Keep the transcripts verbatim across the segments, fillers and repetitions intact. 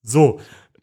So.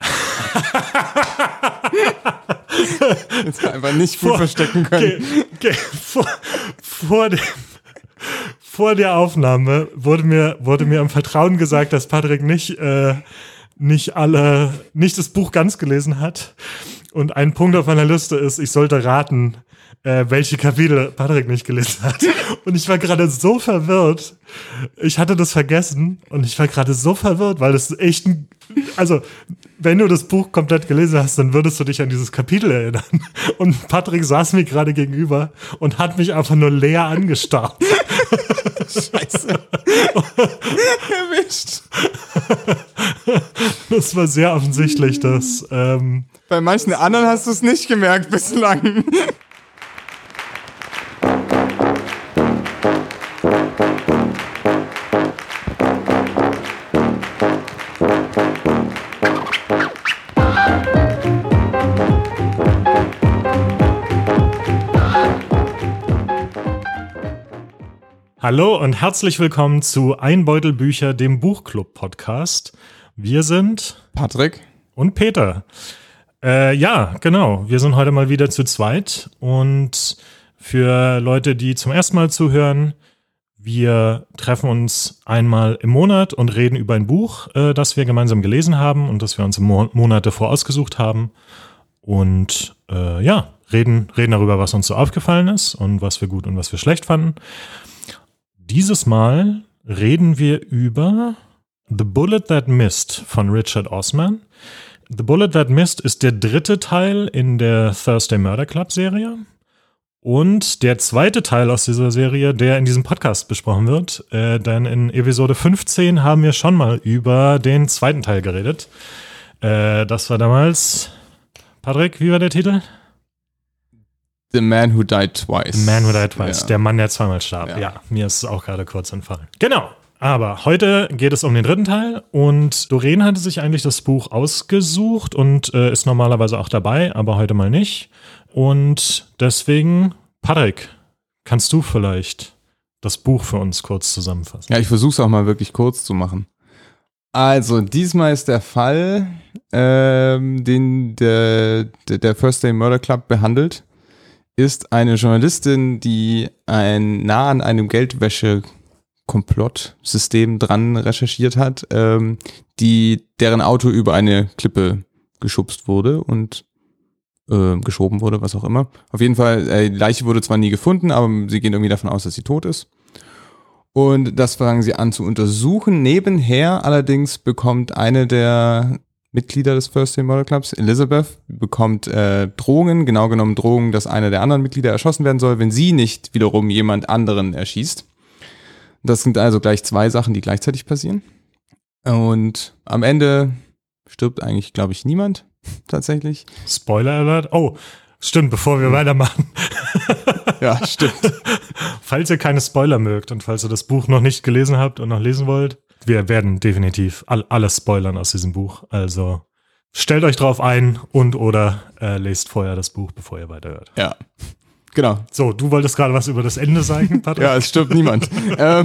Jetzt einfach nicht gut vor, verstecken können. Ge, ge, vor, vor, dem, vor der Aufnahme wurde mir, wurde mir im Vertrauen gesagt, dass Patrick nicht, äh, nicht alle, nicht das Buch ganz gelesen hat. Und ein Punkt auf meiner Liste ist, ich sollte raten, äh, welche Kapitel Patrick nicht gelesen hat. Und ich war gerade so verwirrt. Ich hatte das vergessen und ich war gerade so verwirrt, weil das echt ein, also wenn du das Buch komplett gelesen hast, dann würdest du dich an dieses Kapitel erinnern. Und Patrick saß mir gerade gegenüber und hat mich einfach nur leer angestarrt. Scheiße. Erwischt. Das war sehr offensichtlich, dass ähm, bei manchen anderen hast du es nicht gemerkt bislang. Hallo und herzlich willkommen zu Einbeutelbücher, dem Buchclub-Podcast. Wir sind Patrick und Peter. Äh, ja, genau. Wir sind heute mal wieder zu zweit. Und für Leute, die zum ersten Mal zuhören, wir treffen uns einmal im Monat und reden über ein Buch, äh, das wir gemeinsam gelesen haben und das wir uns im Mo- Monat davor ausgesucht haben. Und äh, ja, reden, reden darüber, was uns so aufgefallen ist und was wir gut und was wir schlecht fanden. Dieses Mal reden wir über The Bullet That Missed von Richard Osman. The Bullet That Missed ist der dritte Teil in der Thursday Murder Club Serie und der zweite Teil aus dieser Serie, der in diesem Podcast besprochen wird. Äh, denn in Episode fünfzehn haben wir schon mal über den zweiten Teil geredet. Äh, das war damals, Patrick, wie war der Titel? The Man Who Died Twice. The Man Who Died Twice, ja. Der Mann, der zweimal starb. Ja, ja, mir ist es auch gerade kurz entfallen. Genau, aber heute geht es um den dritten Teil und Doreen hatte sich eigentlich das Buch ausgesucht und äh, ist normalerweise auch dabei, aber heute mal nicht. Und deswegen, Patrick, kannst du vielleicht das Buch für uns kurz zusammenfassen? Ja, ich versuche es auch mal wirklich kurz zu machen. Also, diesmal ist der Fall, ähm, den der, der, der Thursday Murder Club behandelt, ist eine Journalistin, die ein, nah an einem Geldwäsche-Komplottsystem dran recherchiert hat, ähm, die deren Auto über eine Klippe geschubst wurde und äh, geschoben wurde, was auch immer. Auf jeden Fall, äh, die Leiche wurde zwar nie gefunden, aber sie gehen irgendwie davon aus, dass sie tot ist. Und das fangen sie an zu untersuchen. Nebenher allerdings bekommt eine der Mitglieder des Thursday Murder Clubs, Elizabeth, bekommt äh, Drohungen, genau genommen Drohungen, dass einer der anderen Mitglieder erschossen werden soll, wenn sie nicht wiederum jemand anderen erschießt. Das sind also gleich zwei Sachen, die gleichzeitig passieren. Und am Ende stirbt eigentlich, glaube ich, niemand tatsächlich. Spoiler Alert. Oh, stimmt, bevor wir weitermachen. Ja, stimmt. Falls ihr keine Spoiler mögt und falls ihr das Buch noch nicht gelesen habt und noch lesen wollt, wir werden definitiv all, alles spoilern aus diesem Buch. Also stellt euch drauf ein und oder äh, lest vorher das Buch, bevor ihr weiterhört. Ja, genau. So, du wolltest gerade was über das Ende sagen, Patrick? Ja, es stirbt niemand. ähm,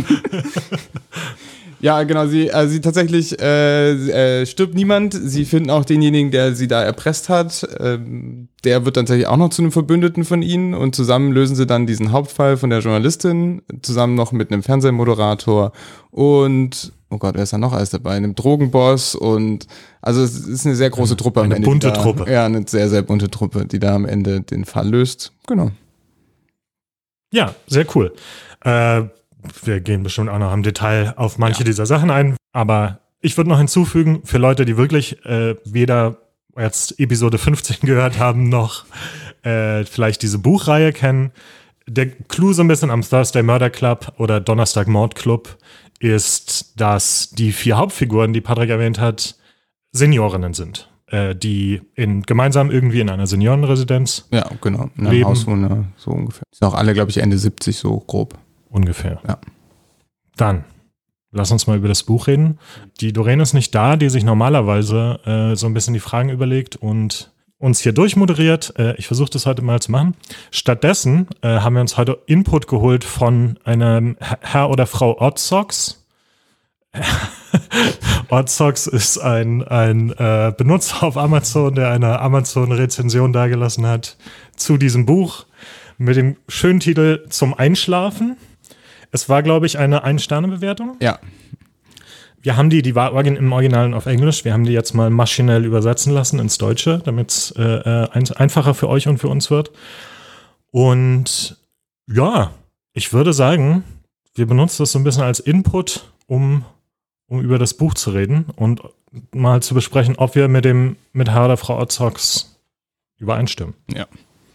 ja, genau, sie, also sie tatsächlich äh, äh, stirbt niemand. Sie finden auch denjenigen, der sie da erpresst hat. Ähm, der wird dann tatsächlich auch noch zu einem Verbündeten von ihnen und zusammen lösen sie dann diesen Hauptfall von der Journalistin, zusammen noch mit einem Fernsehmoderator und oh Gott, wer ist da noch alles dabei? Einem Drogenboss und also es ist eine sehr große Truppe am eine Ende. Eine bunte da, Truppe. Ja, eine sehr, sehr bunte Truppe, die da am Ende den Fall löst. Genau. Ja, sehr cool. Äh, wir gehen bestimmt auch noch im Detail auf manche ja. dieser Sachen ein, aber ich würde noch hinzufügen, für Leute, die wirklich äh, weder jetzt Episode fünfzehn gehört haben, noch äh, vielleicht diese Buchreihe kennen, der Clou so ein bisschen am Thursday Murder Club oder Donnerstag Mord Club ist, dass die vier Hauptfiguren, die Patrick erwähnt hat, Seniorinnen sind, äh, die in, gemeinsam irgendwie in einer Seniorenresidenz ja, genau, in einem leben. Hauswohner, so ungefähr. Sind auch alle, glaube ich, Ende siebzig, so grob. Ungefähr. Ja. Dann, lass uns mal über das Buch reden. Die Doreen ist nicht da, die sich normalerweise äh, so ein bisschen die Fragen überlegt und uns hier durchmoderiert. Äh, ich versuche das heute mal zu machen. Stattdessen äh, haben wir uns heute Input geholt von einem Herr oder Frau Oddsocks. Oddsox ist ein, ein äh, Benutzer auf Amazon, der eine Amazon-Rezension dagelassen hat zu diesem Buch mit dem schönen Titel Zum Einschlafen. Es war, glaube ich, eine Ein-Sterne-Bewertung. Ja. Wir haben die, die war im Original auf Englisch, wir haben die jetzt mal maschinell übersetzen lassen ins Deutsche, damit es äh, ein, einfacher für euch und für uns wird. Und ja, ich würde sagen, wir benutzen das so ein bisschen als Input, um um über das Buch zu reden und mal zu besprechen, ob wir mit dem mit Herr oder Frau Oddsox übereinstimmen. Ja.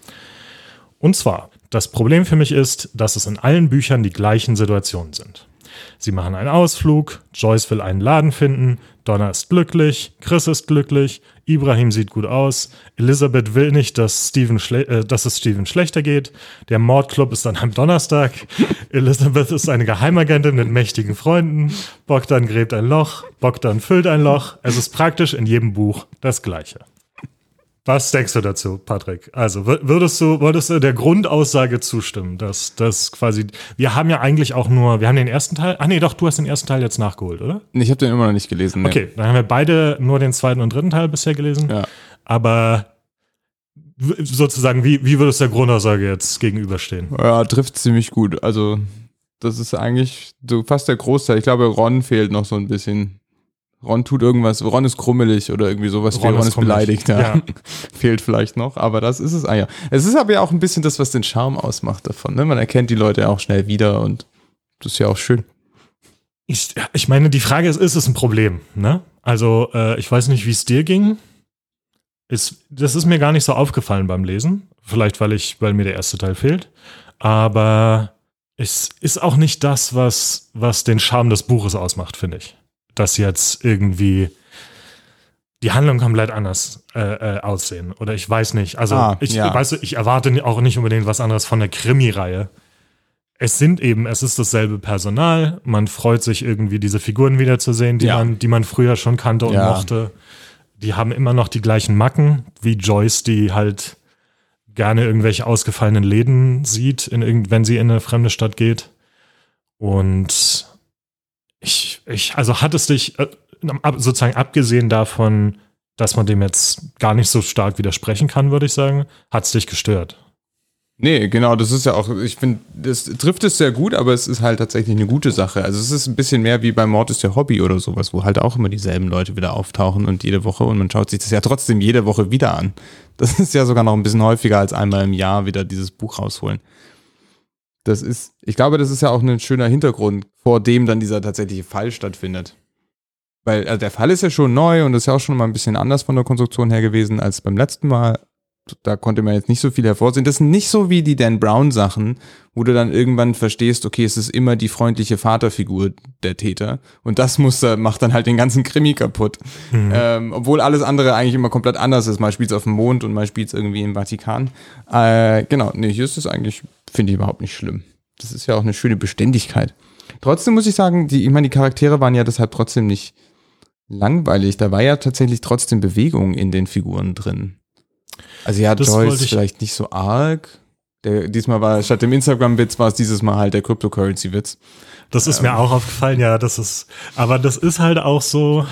Und zwar, das Problem für mich ist, dass es in allen Büchern die gleichen Situationen sind. Sie machen einen Ausflug, Joyce will einen Laden finden, Donna ist glücklich, Chris ist glücklich, Ibrahim sieht gut aus, Elizabeth will nicht, dass, Steven schle- äh, dass es Steven schlechter geht, der Mordclub ist dann am Donnerstag, Elizabeth ist eine Geheimagentin mit mächtigen Freunden, Bogdan gräbt ein Loch, Bogdan füllt ein Loch, es ist praktisch in jedem Buch das Gleiche. Was denkst du dazu, Patrick? Also würdest du, würdest du der Grundaussage zustimmen, dass das quasi, wir haben ja eigentlich auch nur, wir haben den ersten Teil, ah nee, doch, du hast den ersten Teil jetzt nachgeholt, oder? Ich habe den immer noch nicht gelesen. Okay, dann haben wir beide nur den zweiten und dritten Teil bisher gelesen. Ja. Aber sozusagen, wie, wie würdest du der Grundaussage jetzt gegenüberstehen? Ja, trifft ziemlich gut. Also das ist eigentlich so fast der Großteil. Ich glaube, Ron fehlt noch so ein bisschen. Ron tut irgendwas, Ron ist krummelig oder irgendwie sowas, Ron, Ron ist, ist beleidigt. Ja. Ja. Fehlt vielleicht noch, aber das ist es. Ah ja. Es ist aber ja auch ein bisschen das, was den Charme ausmacht davon. Ne? Man erkennt die Leute auch schnell wieder und das ist ja auch schön. Ich, ich meine, die Frage ist, ist es ein Problem? Ne? Also äh, ich weiß nicht, wie es dir ging. Ist, das ist mir gar nicht so aufgefallen beim Lesen. Vielleicht, weil, ich, weil mir der erste Teil fehlt. Aber es ist auch nicht das, was, was den Charme des Buches ausmacht, finde ich. Dass jetzt irgendwie die Handlung komplett anders äh, äh, aussehen. Oder ich weiß nicht. Also ah, ich, ja. weißt du, ich erwarte auch nicht unbedingt was anderes von der Krimi-Reihe. Es sind eben, es ist dasselbe Personal. Man freut sich irgendwie, diese Figuren wiederzusehen, die, ja. man, die man früher schon kannte und ja. mochte. Die haben immer noch die gleichen Macken, wie Joyce, die halt gerne irgendwelche ausgefallenen Läden sieht, in irgend, wenn sie in eine fremde Stadt geht. Und Ich, ich, also hat es dich äh, sozusagen abgesehen davon, dass man dem jetzt gar nicht so stark widersprechen kann, würde ich sagen, hat es dich gestört? Nee, genau, das ist ja auch, ich finde, das trifft es sehr gut, aber es ist halt tatsächlich eine gute Sache. Also es ist ein bisschen mehr wie bei Mord ist der Hobby oder sowas, wo halt auch immer dieselben Leute wieder auftauchen und jede Woche und man schaut sich das ja trotzdem jede Woche wieder an. Das ist ja sogar noch ein bisschen häufiger als einmal im Jahr wieder dieses Buch rausholen. Das ist, ich glaube, das ist ja auch ein schöner Hintergrund, vor dem dann dieser tatsächliche Fall stattfindet. Weil also der Fall ist ja schon neu und ist ja auch schon mal ein bisschen anders von der Konstruktion her gewesen als beim letzten Mal. Da konnte man jetzt nicht so viel hervorsehen. Das sind nicht so wie die Dan Brown-Sachen, wo du dann irgendwann verstehst, okay, es ist immer die freundliche Vaterfigur der Täter. Und das Muster macht dann halt den ganzen Krimi kaputt. Mhm. Ähm, obwohl alles andere eigentlich immer komplett anders ist. Mal spielt es auf dem Mond und mal spielt es irgendwie im Vatikan. Äh, genau, nee, hier ist es eigentlich, finde ich, überhaupt nicht schlimm. Das ist ja auch eine schöne Beständigkeit. Trotzdem muss ich sagen, die, ich meine, die Charaktere waren ja deshalb trotzdem nicht langweilig. Da war ja tatsächlich trotzdem Bewegung in den Figuren drin. Also ja, das Joyce vielleicht nicht so arg. Der, diesmal war statt dem Instagram-Witz war es dieses Mal halt der Cryptocurrency-Witz. Das ist ähm. mir auch aufgefallen, ja, das ist, aber das ist halt auch so,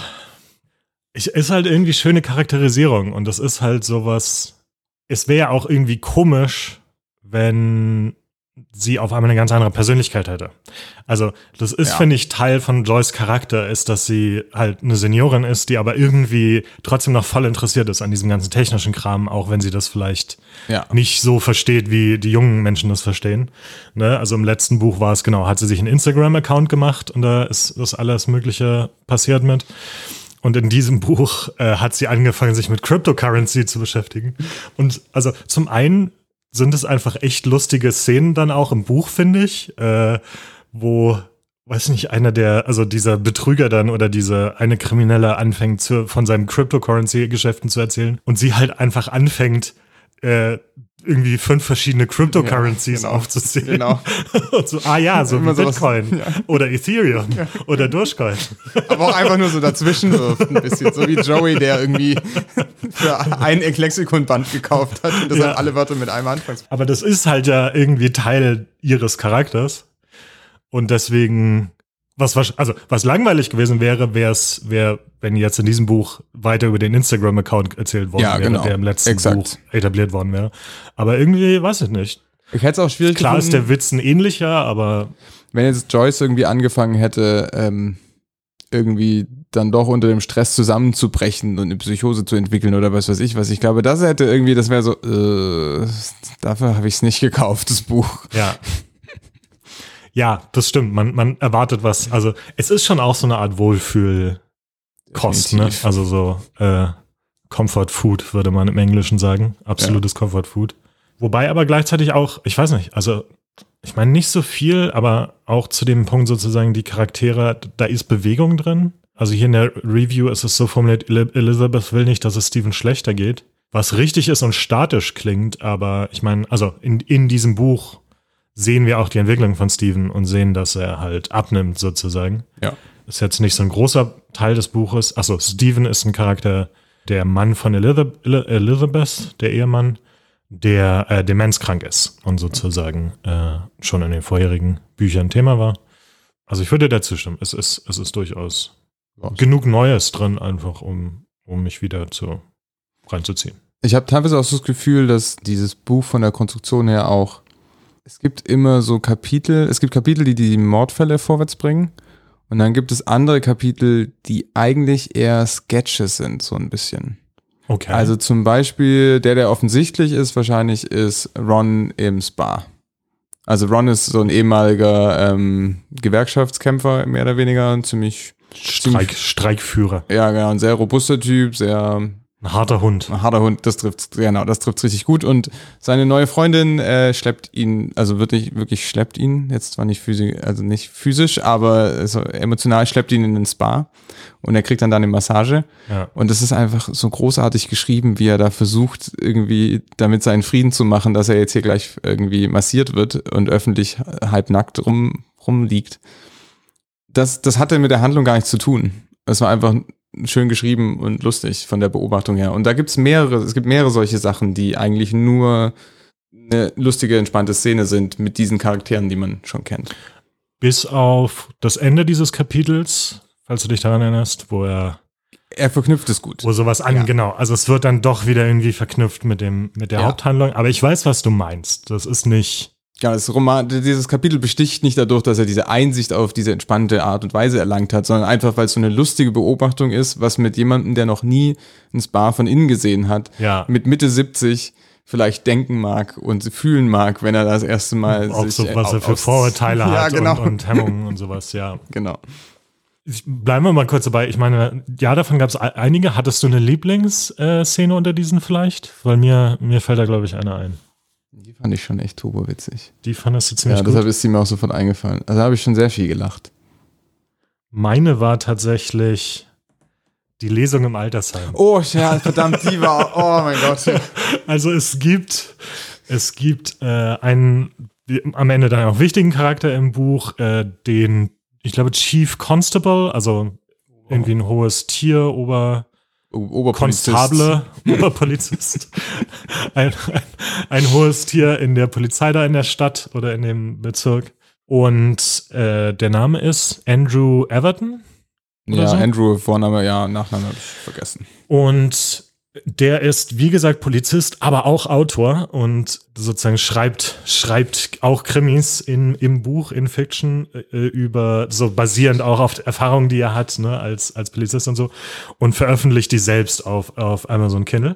ich, ist halt irgendwie schöne Charakterisierung und das ist halt sowas, es wäre ja auch irgendwie komisch, wenn sie auf einmal eine ganz andere Persönlichkeit hätte. Also das ist, ja. finde ich, Teil von Joyce' Charakter, ist, dass sie halt eine Seniorin ist, die aber irgendwie trotzdem noch voll interessiert ist an diesem ganzen technischen Kram, auch wenn sie das vielleicht ja. nicht so versteht, wie die jungen Menschen das verstehen. Ne? Also im letzten Buch war es genau, hat sie sich einen Instagram-Account gemacht und da ist das alles Mögliche passiert mit. Und in diesem Buch äh, hat sie angefangen, sich mit Cryptocurrency zu beschäftigen. Und also zum einen sind es einfach echt lustige Szenen dann auch im Buch, finde ich, äh, wo, weiß nicht, einer der, also dieser Betrüger dann oder diese eine Kriminelle anfängt zu, von seinen Cryptocurrency-Geschäften zu erzählen und sie halt einfach anfängt, äh, irgendwie fünf verschiedene Cryptocurrencies ja, genau, aufzuzählen. Genau. Und so, ah ja, so wie Bitcoin ja. oder Ethereum ja. oder Dogecoin. Aber auch einfach nur so dazwischen wirft ein bisschen, so wie Joey, der irgendwie für ein Lexikon-Band gekauft hat und deshalb ja. alle Wörter mit einem Anfangs. Aber das ist halt ja irgendwie Teil ihres Charakters und deswegen Was, also, was langweilig gewesen wäre, wäre es, wär, wenn jetzt in diesem Buch weiter über den Instagram-Account erzählt worden ja, wäre, genau. der im letzten Exakt. Buch etabliert worden wäre. Aber irgendwie, weiß ich nicht. Ich hätte es auch schwierig Klar gefunden, ist der Witz ein ähnlicher, aber wenn jetzt Joyce irgendwie angefangen hätte, ähm, irgendwie dann doch unter dem Stress zusammenzubrechen und eine Psychose zu entwickeln oder was weiß ich was. Ich glaube, das hätte irgendwie, das wäre so, äh, dafür habe ich es nicht gekauft, das Buch. ja. Ja, das stimmt. Man, man erwartet was. Also es ist schon auch so eine Art Wohlfühlkost, ne? Also so äh, Comfort Food, würde man im Englischen sagen. Absolutes ja. Comfort Food. Wobei aber gleichzeitig auch, ich weiß nicht, also ich meine nicht so viel, aber auch zu dem Punkt sozusagen die Charaktere, da ist Bewegung drin. Also hier in der Review ist es so formuliert, Elizabeth will nicht, dass es Stephen schlechter geht. Was richtig ist und statisch klingt, aber ich meine, also in, in diesem Buch sehen wir auch die Entwicklung von Stephen und sehen, dass er halt abnimmt sozusagen. Ja. Ist jetzt nicht so ein großer Teil des Buches. Achso, Stephen ist ein Charakter, der Mann von Elizabeth, der Ehemann, der äh, demenzkrank ist und sozusagen äh, schon in den vorherigen Büchern Thema war. Also ich würde dazu stimmen. Es ist, es ist durchaus Was? genug Neues drin, einfach um, um mich wieder zu, reinzuziehen. Ich habe teilweise auch so das Gefühl, dass dieses Buch von der Konstruktion her auch, es gibt immer so Kapitel, es gibt Kapitel, die die Mordfälle vorwärts bringen und dann gibt es andere Kapitel, die eigentlich eher Sketches sind, so ein bisschen. Okay. Also zum Beispiel, der, der offensichtlich ist, wahrscheinlich ist Ron im Spa. Also Ron ist so ein ehemaliger ähm, Gewerkschaftskämpfer, mehr oder weniger, ein ziemlich Streik, Streikführer. Ja, genau, ein sehr robuster Typ, sehr ein harter Hund. Ein harter Hund, das trifft, genau, das trifft richtig gut. Und seine neue Freundin äh, schleppt ihn, also wirklich, wirklich schleppt ihn, jetzt zwar nicht physisch, also nicht physisch, aber also emotional schleppt ihn in den Spa und er kriegt dann da eine Massage. Ja. Und das ist einfach so großartig geschrieben, wie er da versucht, irgendwie damit seinen Frieden zu machen, dass er jetzt hier gleich irgendwie massiert wird und öffentlich halbnackt rum, rumliegt. Das, das hatte mit der Handlung gar nichts zu tun. Es war einfach schön geschrieben und lustig von der Beobachtung her. Und da gibt's mehrere, es gibt mehrere solche Sachen, die eigentlich nur eine lustige, entspannte Szene sind mit diesen Charakteren, die man schon kennt. Bis auf das Ende dieses Kapitels, falls du dich daran erinnerst, wo er Er verknüpft es gut. Wo sowas an, ja. genau. Also es wird dann doch wieder irgendwie verknüpft mit dem, mit der ja. Haupthandlung. Aber ich weiß, was du meinst. Das ist nicht. Ja, das Roman, dieses Kapitel besticht nicht dadurch, dass er diese Einsicht auf diese entspannte Art und Weise erlangt hat, sondern einfach, weil es so eine lustige Beobachtung ist, was mit jemandem, der noch nie ein Spa von innen gesehen hat, ja. mit Mitte siebzig vielleicht denken mag und fühlen mag, wenn er das erste Mal auch sich so, was er für Vorurteile ja, hat genau. und, und Hemmungen und sowas, ja. Genau. Ich, bleiben wir mal kurz dabei. Ich meine, ja, davon gab es einige. Hattest du eine Lieblingsszene unter diesen vielleicht? Weil mir, mir fällt da, glaube ich, eine ein. Die fand ich schon echt turbowitzig. Die fandest du ziemlich ja, gut? Ja, deshalb ist sie mir auch sofort eingefallen. Also da habe ich schon sehr viel gelacht. Meine war tatsächlich die Lesung im Altersheim. Oh, ja, verdammt, die war, oh mein Gott. Also es gibt, es gibt äh, einen am Ende dann auch wichtigen Charakter im Buch, äh, den, ich glaube, Chief Constable, also irgendwie ein hohes Tier, Ober... Oberpolizist. Konstable, Oberpolizist. ein, ein, ein hohes Tier in der Polizei da in der Stadt oder in dem Bezirk. Und äh, der Name ist Andrew Everton. Ja, so? Andrew, Vorname, ja, Nachname habe ich vergessen. Und der ist, wie gesagt, Polizist, aber auch Autor und sozusagen schreibt, schreibt auch Krimis in, im Buch, in Fiction, äh, über, so basierend auch auf Erfahrungen, die er hat, ne, als, als Polizist und so, und veröffentlicht die selbst auf, auf Amazon Kindle.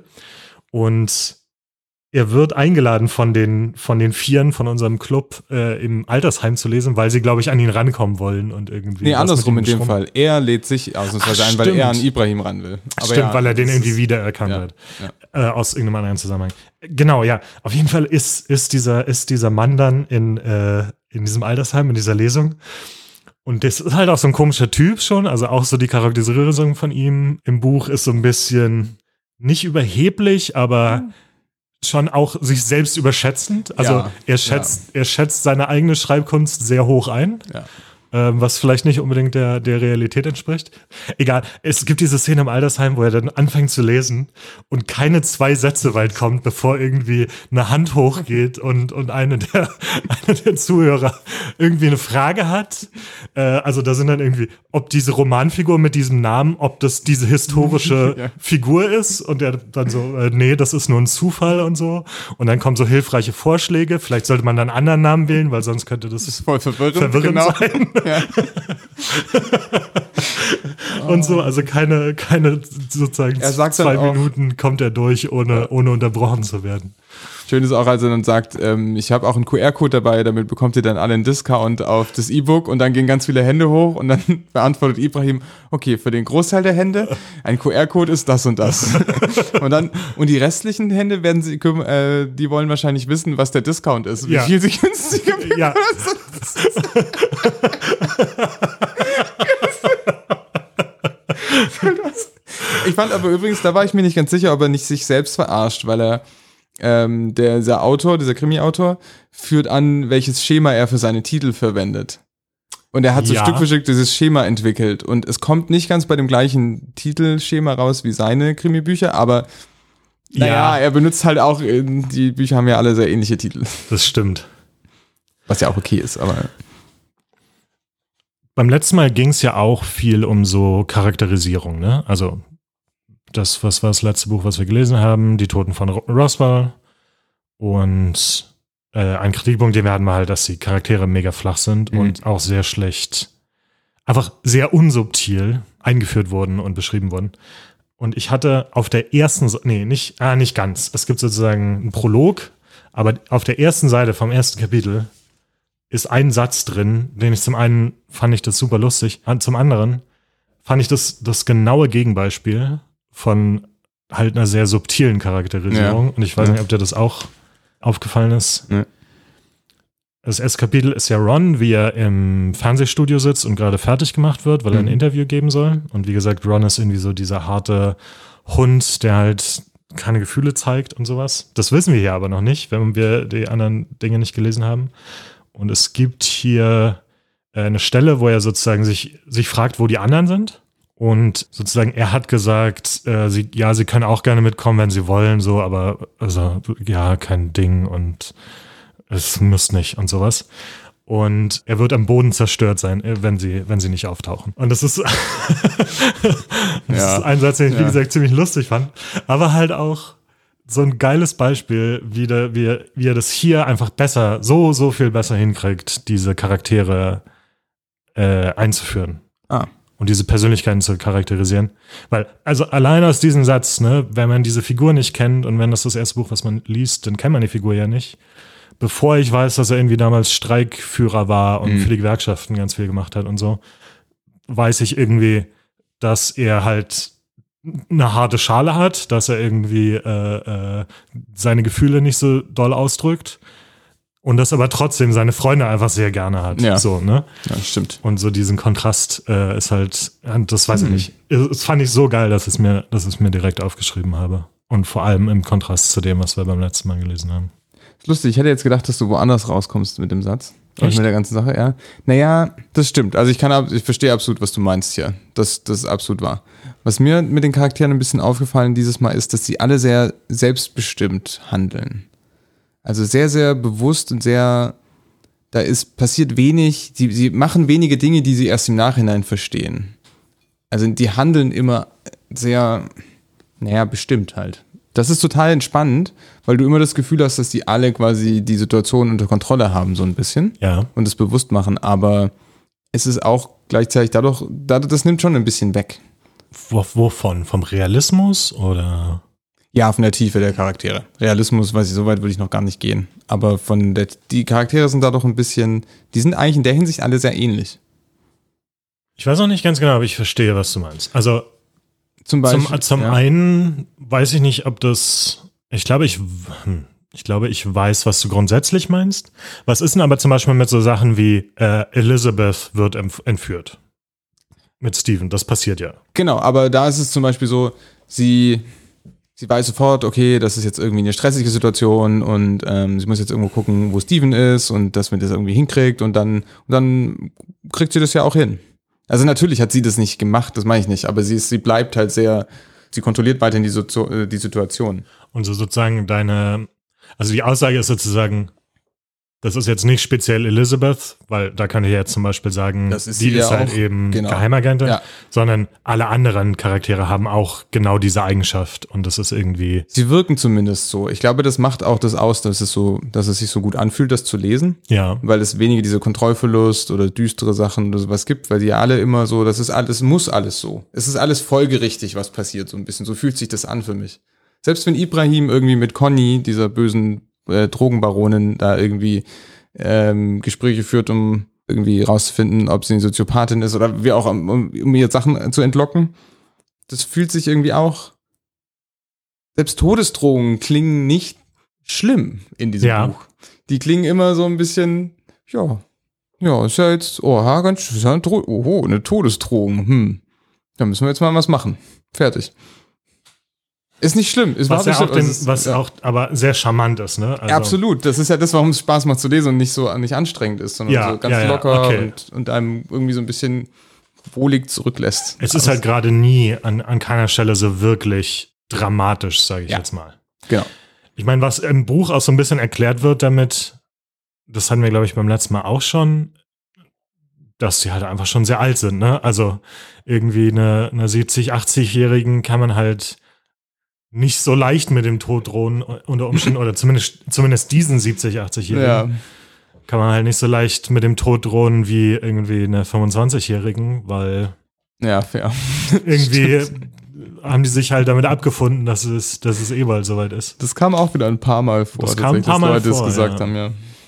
Und er wird eingeladen von den, von den Vieren von unserem Club äh, im Altersheim zu lesen, weil sie, glaube ich, an ihn rankommen wollen und irgendwie. Nee, andersrum in dem schrum. Fall. Er lädt sich ausnahmsweise ein, weil er an Ibrahim ran will. Aber stimmt, ja, weil er den irgendwie wiedererkannt ja, hat. Ja. Äh, aus irgendeinem anderen Zusammenhang. Genau, ja. Auf jeden Fall ist, ist, dieser, ist dieser Mann dann in, äh, in diesem Altersheim, in dieser Lesung. Und das ist halt auch so ein komischer Typ schon. Also auch so die Charakterisierung von ihm im Buch ist so ein bisschen nicht überheblich, aber mhm. schon auch sich selbst überschätzend. Also ja, er schätzt, ja. er schätzt seine eigene Schreibkunst sehr hoch ein. Ja. ähm, was vielleicht nicht unbedingt der, der Realität entspricht. Egal, es gibt diese Szene im Altersheim, wo er dann anfängt zu lesen und keine zwei Sätze weit kommt, bevor irgendwie eine Hand hochgeht und, und eine der, eine der Zuhörer irgendwie eine Frage hat. Äh, also da sind dann irgendwie, ob diese Romanfigur mit diesem Namen, ob das diese historische ja. Figur ist und er dann so, äh, nee, das ist nur ein Zufall und so. Und dann kommen so hilfreiche Vorschläge. Vielleicht sollte man dann einen anderen Namen wählen, weil sonst könnte das, das ist voll verwirrend, verwirrend genau. sein. Ja. Und so, also keine, keine sozusagen er sagt zwei Minuten kommt er durch, ohne, ja. ohne unterbrochen zu werden. Schön ist auch, als er dann sagt, ähm, ich habe auch einen Q R-Code dabei, damit bekommt ihr dann alle einen Discount auf das E-Book und dann gehen ganz viele Hände hoch und dann beantwortet Ibrahim, okay, für den Großteil der Hände, ein Q R-Code ist das und das. und dann und die restlichen Hände werden sie, äh, die wollen wahrscheinlich wissen, was der Discount ist, wie ja. viel sie günstiger ja. Ich fand aber übrigens, da war ich mir nicht ganz sicher, ob er nicht sich selbst verarscht, weil er Ähm, der, dieser Autor, dieser Krimi-Autor, führt an, welches Schema er für seine Titel verwendet. Und er hat so ja. Stück für Stück dieses Schema entwickelt. Und es kommt nicht ganz bei dem gleichen Titelschema raus wie seine Krimi-Bücher, aber naja, ja. er benutzt halt auch, die Bücher haben ja alle sehr ähnliche Titel. Das stimmt. Was ja auch okay ist, aber beim letzten Mal ging es ja auch viel um so Charakterisierung, ne? Also das, was war das letzte Buch, was wir gelesen haben? Die Toten von Roswell. Und äh, ein Kritikpunkt, den wir hatten, war halt, dass die Charaktere mega flach sind mhm. und auch sehr schlecht, einfach sehr unsubtil eingeführt wurden und beschrieben wurden. Und ich hatte auf der ersten, nee, nicht, ah, nicht ganz. Es gibt sozusagen einen Prolog, aber auf der ersten Seite vom ersten Kapitel ist ein Satz drin, den ich zum einen fand ich das super lustig, zum anderen fand ich das das genaue Gegenbeispiel von halt einer sehr subtilen Charakterisierung. Ja. Und ich weiß ja. nicht, ob dir das auch aufgefallen ist. Ja. Das erste Kapitel ist ja Ron, wie er im Fernsehstudio sitzt und gerade fertig gemacht wird, weil mhm. er ein Interview geben soll. Und wie gesagt, Ron ist irgendwie so dieser harte Hund, der halt keine Gefühle zeigt und sowas. Das wissen wir hier aber noch nicht, wenn wir die anderen Dinge nicht gelesen haben. Und es gibt hier eine Stelle, wo er sozusagen sich, sich fragt, wo die anderen sind. Und sozusagen, er hat gesagt, äh, sie, ja, sie können auch gerne mitkommen, wenn sie wollen, so, aber also, ja, kein Ding und es muss nicht und sowas. Und er wird am Boden zerstört sein, wenn sie, wenn sie nicht auftauchen. Und das ist, das ja. ist ein Satz, den ich, wie ja. gesagt, ziemlich lustig fand. Aber halt auch so ein geiles Beispiel, wie, der, wie, er, wie er das hier einfach besser, so, so viel besser hinkriegt, diese Charaktere äh, einzuführen. Ah. Und diese Persönlichkeiten zu charakterisieren. Weil, also allein aus diesem Satz, ne, wenn man diese Figur nicht kennt und wenn das das erste Buch, was man liest, dann kennt man die Figur ja nicht. Bevor ich weiß, dass er irgendwie damals Streikführer war und mhm. für die Gewerkschaften ganz viel gemacht hat und so, weiß ich irgendwie, dass er halt eine harte Schale hat, dass er irgendwie äh, äh, seine Gefühle nicht so doll ausdrückt. Und das aber trotzdem seine Freunde einfach sehr gerne hat. Ja, so, ne? Ja, stimmt. Und so diesen Kontrast äh, ist halt, das weiß mhm. ich nicht. Das fand ich so geil, dass ich es mir, dass ich es mir direkt aufgeschrieben habe. Und vor allem im Kontrast zu dem, was wir beim letzten Mal gelesen haben. Das ist lustig, ich hätte jetzt gedacht, dass du woanders rauskommst mit dem Satz. Echt? Mit der ganzen Sache, ja. Naja, das stimmt. Also ich kann, ich verstehe absolut, was du meinst hier. Das, das ist absolut wahr. Was mir mit den Charakteren ein bisschen aufgefallen dieses Mal ist, dass sie alle sehr selbstbestimmt handeln. Also sehr, sehr bewusst und sehr, da ist passiert wenig, sie, sie machen wenige Dinge, die sie erst im Nachhinein verstehen. Also die handeln immer sehr, naja, bestimmt halt. Das ist total entspannend, weil du immer das Gefühl hast, dass die alle quasi die Situation unter Kontrolle haben, so ein bisschen. Ja. Und es bewusst machen, aber es ist auch gleichzeitig dadurch, das nimmt schon ein bisschen weg. W- wovon? Vom Realismus oder? Ja, von der Tiefe der Charaktere. Realismus, weiß ich, so weit würde ich noch gar nicht gehen. Aber von der, die Charaktere sind da doch ein bisschen, die sind eigentlich in der Hinsicht alle sehr ähnlich. Ich weiß auch nicht ganz genau, aber ich verstehe, was du meinst. Also zum, Beispiel, zum, zum ja. einen weiß ich nicht, ob das, ich glaube, ich, hm, ich glaube, ich weiß, was du grundsätzlich meinst. Was ist denn aber zum Beispiel mit so Sachen wie äh, Elizabeth wird entführt? Mit Steven, das passiert ja. Genau, aber da ist es zum Beispiel so, sie... sie weiß sofort, okay, das ist jetzt irgendwie eine stressige Situation und ähm, sie muss jetzt irgendwo gucken, wo Steven ist und dass man das irgendwie hinkriegt und dann, und dann kriegt sie das ja auch hin. Also natürlich hat sie das nicht gemacht, das meine ich nicht, aber sie ist, sie bleibt halt sehr, sie kontrolliert weiterhin die, so die Situation. Und so sozusagen deine, also die Aussage ist sozusagen, das ist jetzt nicht speziell Elizabeth, weil da kann ich jetzt zum Beispiel sagen, das ist die sie ist ja halt auch, eben genau. Geheimagentin, Ja. sondern alle anderen Charaktere haben auch genau diese Eigenschaft und das ist irgendwie. Sie wirken zumindest so. Ich glaube, das macht auch das aus, dass es so, dass es sich so gut anfühlt, das zu lesen. Ja. Weil es weniger diese Kontrollverlust oder düstere Sachen oder sowas gibt, weil die ja alle immer so, das ist alles, muss alles so. Es ist alles folgerichtig, was passiert, so ein bisschen. So fühlt sich das an für mich. Selbst wenn Ibrahim irgendwie mit Conny, dieser bösen äh, Drogenbaronin, da irgendwie ähm, Gespräche führt, um irgendwie rauszufinden, ob sie eine Soziopathin ist oder wie auch, um, um ihr Sachen zu entlocken. Das fühlt sich irgendwie auch, selbst Todesdrohungen klingen nicht schlimm in diesem Ja. Buch. Die klingen immer so ein bisschen, ja, ja, ist ja jetzt, oh, ha, ganz, ist ja eine, Dro- oho, eine Todesdrohung, hm, da müssen wir jetzt mal was machen. Fertig. Ist nicht schlimm. Ist Was ja nicht auch, den, ist, was ja. auch aber sehr charmant ist, ne? Also, Absolut. Das ist ja das, warum es Spaß macht zu lesen und nicht so nicht anstrengend ist, sondern Ja, so ganz ja, ja, locker okay. und, und einem irgendwie so ein bisschen wohlig zurücklässt. Es ist halt gerade nie an, an keiner Stelle so wirklich dramatisch, sage ich Ja. jetzt mal. Genau. Ich meine, was im Buch auch so ein bisschen erklärt wird damit, das hatten wir, glaube ich, beim letzten Mal auch schon, dass sie halt einfach schon sehr alt sind, ne? Also irgendwie eine, eine siebzig-, achtzig-Jährigen kann man halt nicht so leicht mit dem Tod drohen unter Umständen, oder zumindest, zumindest diesen siebzig-, achtzig-Jährigen Ja. kann man halt nicht so leicht mit dem Tod drohen wie irgendwie eine fünfundzwanzig-Jährigen, weil Ja, fair. irgendwie Stimmt. haben die sich halt damit abgefunden, dass es, dass es eh bald soweit ist. Das kam auch wieder ein paar Mal vor, Das kam ein tatsächlich, paar Mal dass Leute vor, es gesagt ja. haben, ja.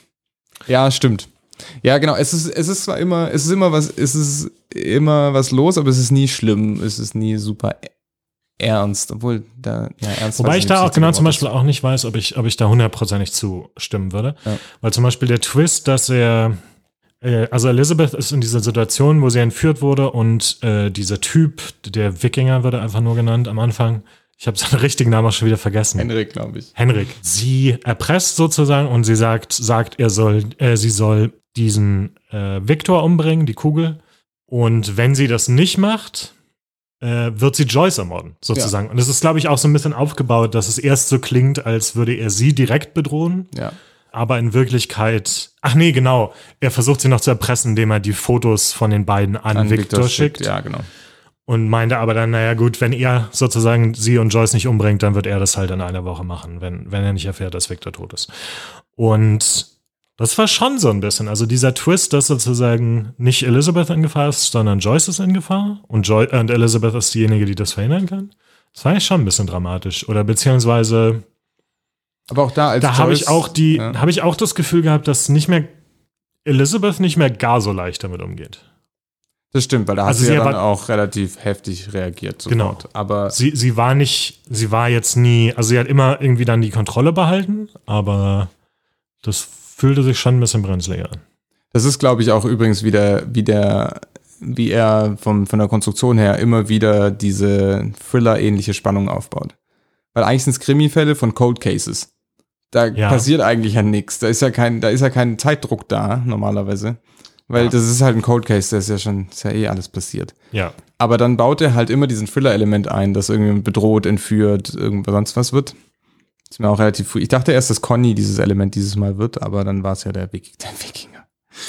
Ja, stimmt. Ja, genau. Es ist, es ist zwar immer, es ist immer was, es ist immer was los, aber es ist nie schlimm. Es ist nie super ernst, obwohl da, ja, ernst. Wobei weiß ich nicht, da ob auch das genau richtige zum Wort Beispiel auch nicht weiß, ob ich, ob ich da hundertprozentig zustimmen würde. Ja. Weil zum Beispiel der Twist, dass er, äh, also Elizabeth ist in dieser Situation, wo sie entführt wurde und äh, dieser Typ, der Wikinger wird er einfach nur genannt am Anfang, ich habe seinen richtigen Namen auch schon wieder vergessen. ist. Henrik, glaube ich. Henrik. Sie erpresst sozusagen und sie sagt, sagt er soll, äh, sie soll diesen äh, Viktor umbringen, die Kugel. Und wenn sie das nicht macht, äh, wird sie Joyce ermorden, sozusagen. Ja. Und es ist, glaube ich, auch so ein bisschen aufgebaut, dass es erst so klingt, als würde er sie direkt bedrohen. Ja. Aber in Wirklichkeit, ach nee, genau, er versucht sie noch zu erpressen, indem er die Fotos von den beiden an, An Viktor, Viktor schickt. Ja, genau. Und meinte aber dann, naja gut, wenn er sozusagen sie und Joyce nicht umbringt, dann wird er das halt in einer Woche machen, wenn, wenn er nicht erfährt, dass Viktor tot ist. Und das war schon so ein bisschen, also dieser Twist, dass sozusagen nicht Elizabeth in Gefahr ist, sondern Joyce ist in Gefahr und, Joy und Elizabeth ist diejenige, die das verhindern kann. Das war ich schon ein bisschen dramatisch. Oder beziehungsweise Aber auch da als da habe Joyce- ich auch die, ja. habe ich auch das Gefühl gehabt, dass nicht mehr Elizabeth nicht mehr gar so leicht damit umgeht. Das stimmt, weil da Also hat sie sie ja dann war- auch relativ heftig reagiert sofort. Genau. Aber Sie, sie war nicht, sie war jetzt nie, also sie hat immer irgendwie dann die Kontrolle behalten, aber das fühlte sich schon ein bisschen brenzliger an. das ist, glaube ich, auch übrigens wieder, wie der, wie er vom, von der Konstruktion her immer wieder diese Thriller-ähnliche Spannung aufbaut. Weil eigentlich sind es Krimi-Fälle von Cold Cases. Da Ja. passiert eigentlich ja nichts. Da ist ja kein, da ist ja kein Zeitdruck da, normalerweise. Weil Ja. das ist halt ein Cold Case, da ist ja schon, ist ja eh alles passiert. Ja. Aber dann baut er halt immer diesen Thriller-Element ein, dass irgendjemand bedroht, entführt, irgendwas sonst was wird. Ist mir auch relativ früh. Ich dachte erst, dass Conny dieses Element dieses Mal wird, aber dann war es ja der, Wik- der Wikinger.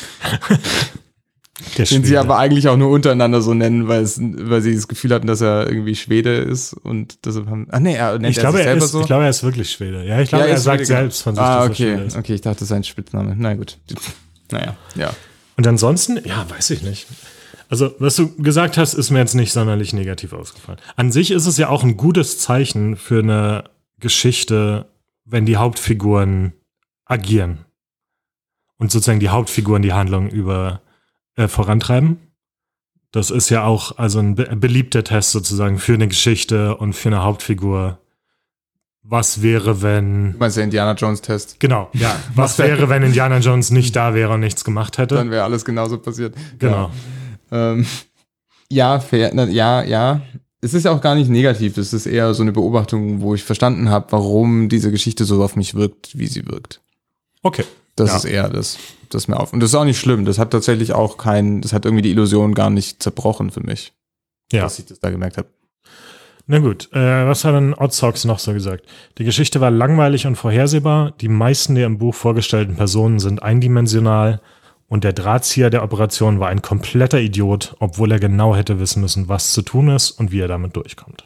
Der Den sie Schwede. aber eigentlich auch nur untereinander so nennen, weil, es, weil sie das Gefühl hatten, dass er irgendwie Schwede ist und deshalb haben. Ach nee, er nennt ich er glaube, sich er selber ist, so. ich glaube, er ist wirklich Schwede. Ja, ich glaube, Ja, er ist sagt Schwede, genau. selbst von sich, Ah, dass er okay. Schwede ist. Okay, ich dachte, das ist ein Spitzname. Na gut. Naja, ja. Und ansonsten, ja, weiß ich nicht. Also, was du gesagt hast, ist mir jetzt nicht sonderlich negativ ausgefallen. An sich ist es ja auch ein gutes Zeichen für eine Geschichte, wenn die Hauptfiguren agieren und sozusagen die Hauptfiguren die Handlung über äh, vorantreiben. Das ist ja auch also ein be beliebter Test sozusagen für eine Geschichte und für eine Hauptfigur. Was wäre, wenn Du meinst der Indiana Jones Test? Genau, ja. Was Was wär- wäre, wenn Indiana Jones nicht da wäre und nichts gemacht hätte? Dann wäre alles genauso passiert. Genau. Ja, ähm, ja fair. Na, ja, ja. es ist ja auch gar nicht negativ, es ist eher so eine Beobachtung, wo ich verstanden habe, warum diese Geschichte so auf mich wirkt, wie sie wirkt. Okay. Das ja. ist eher das, das mir auf. Und das ist auch nicht schlimm, das hat tatsächlich auch kein, das hat irgendwie die Illusion gar nicht zerbrochen für mich, ja. dass ich das da gemerkt habe. Na gut, äh, was hat denn Odd noch so gesagt? Die Geschichte war langweilig und vorhersehbar. Die meisten der im Buch vorgestellten Personen sind eindimensional und der Drahtzieher der Operation war ein kompletter Idiot, obwohl er genau hätte wissen müssen, was zu tun ist und wie er damit durchkommt.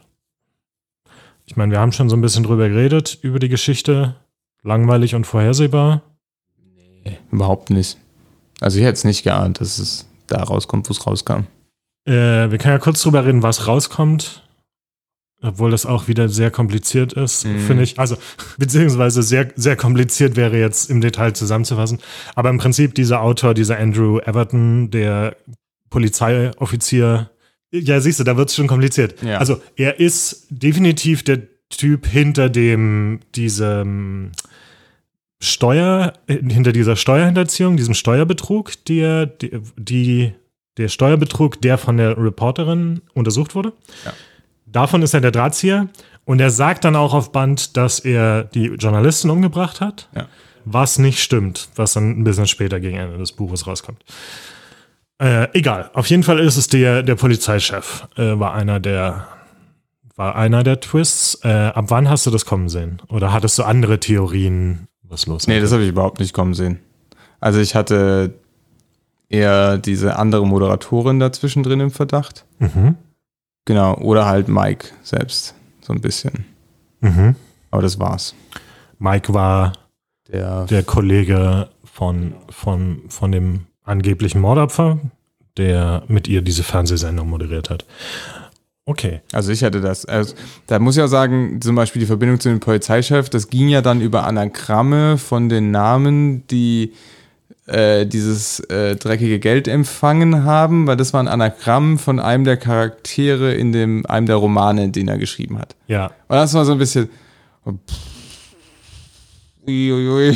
Ich meine, wir haben schon so ein bisschen drüber geredet, über die Geschichte. Langweilig und vorhersehbar. Nee, überhaupt nicht. Also ich hätte es nicht geahnt, dass es da rauskommt, wo es rauskam. Äh, wir können ja kurz drüber reden, was rauskommt. Obwohl das auch wieder sehr kompliziert ist, mhm. finde ich. Also, beziehungsweise sehr, sehr kompliziert wäre jetzt im Detail zusammenzufassen. Aber im Prinzip dieser Autor, dieser Andrew Everton, der Polizeioffizier, ja, siehst du, da wird es schon kompliziert. Ja. Also, er ist definitiv der Typ hinter dem, diesem Steuer, hinter dieser Steuerhinterziehung, diesem Steuerbetrug, der, die, die, der Steuerbetrug, der von der Reporterin untersucht wurde. Ja. Davon ist er der Drahtzieher und er sagt dann auch auf Band, dass er die Journalistin umgebracht hat, ja. was nicht stimmt, was dann ein bisschen später gegen Ende des Buches rauskommt. Äh, egal, auf jeden Fall ist es der, der Polizeichef, äh, war einer der, war einer der Twists. Äh, ab wann hast du das kommen sehen? Oder hattest du andere Theorien, was los ist? Nee, das habe ich überhaupt nicht kommen sehen. Also ich hatte eher diese andere Moderatorin dazwischen drin im Verdacht. Mhm. Genau, oder halt Mike selbst, so ein bisschen. Mhm. Aber das war's. Mike war der, der Kollege von, von, von dem angeblichen Mordopfer, der mit ihr diese Fernsehsendung moderiert hat. Okay. Also ich hatte das. Also, da muss ich auch sagen, zum Beispiel die Verbindung zu dem Polizeichef, das ging ja dann über Anagramme von den Namen, die äh, dieses äh, dreckige Geld empfangen haben, weil das war ein Anagramm von einem der Charaktere in dem einem der Romane, den er geschrieben hat. Ja. Und das war so ein bisschen uiuiui.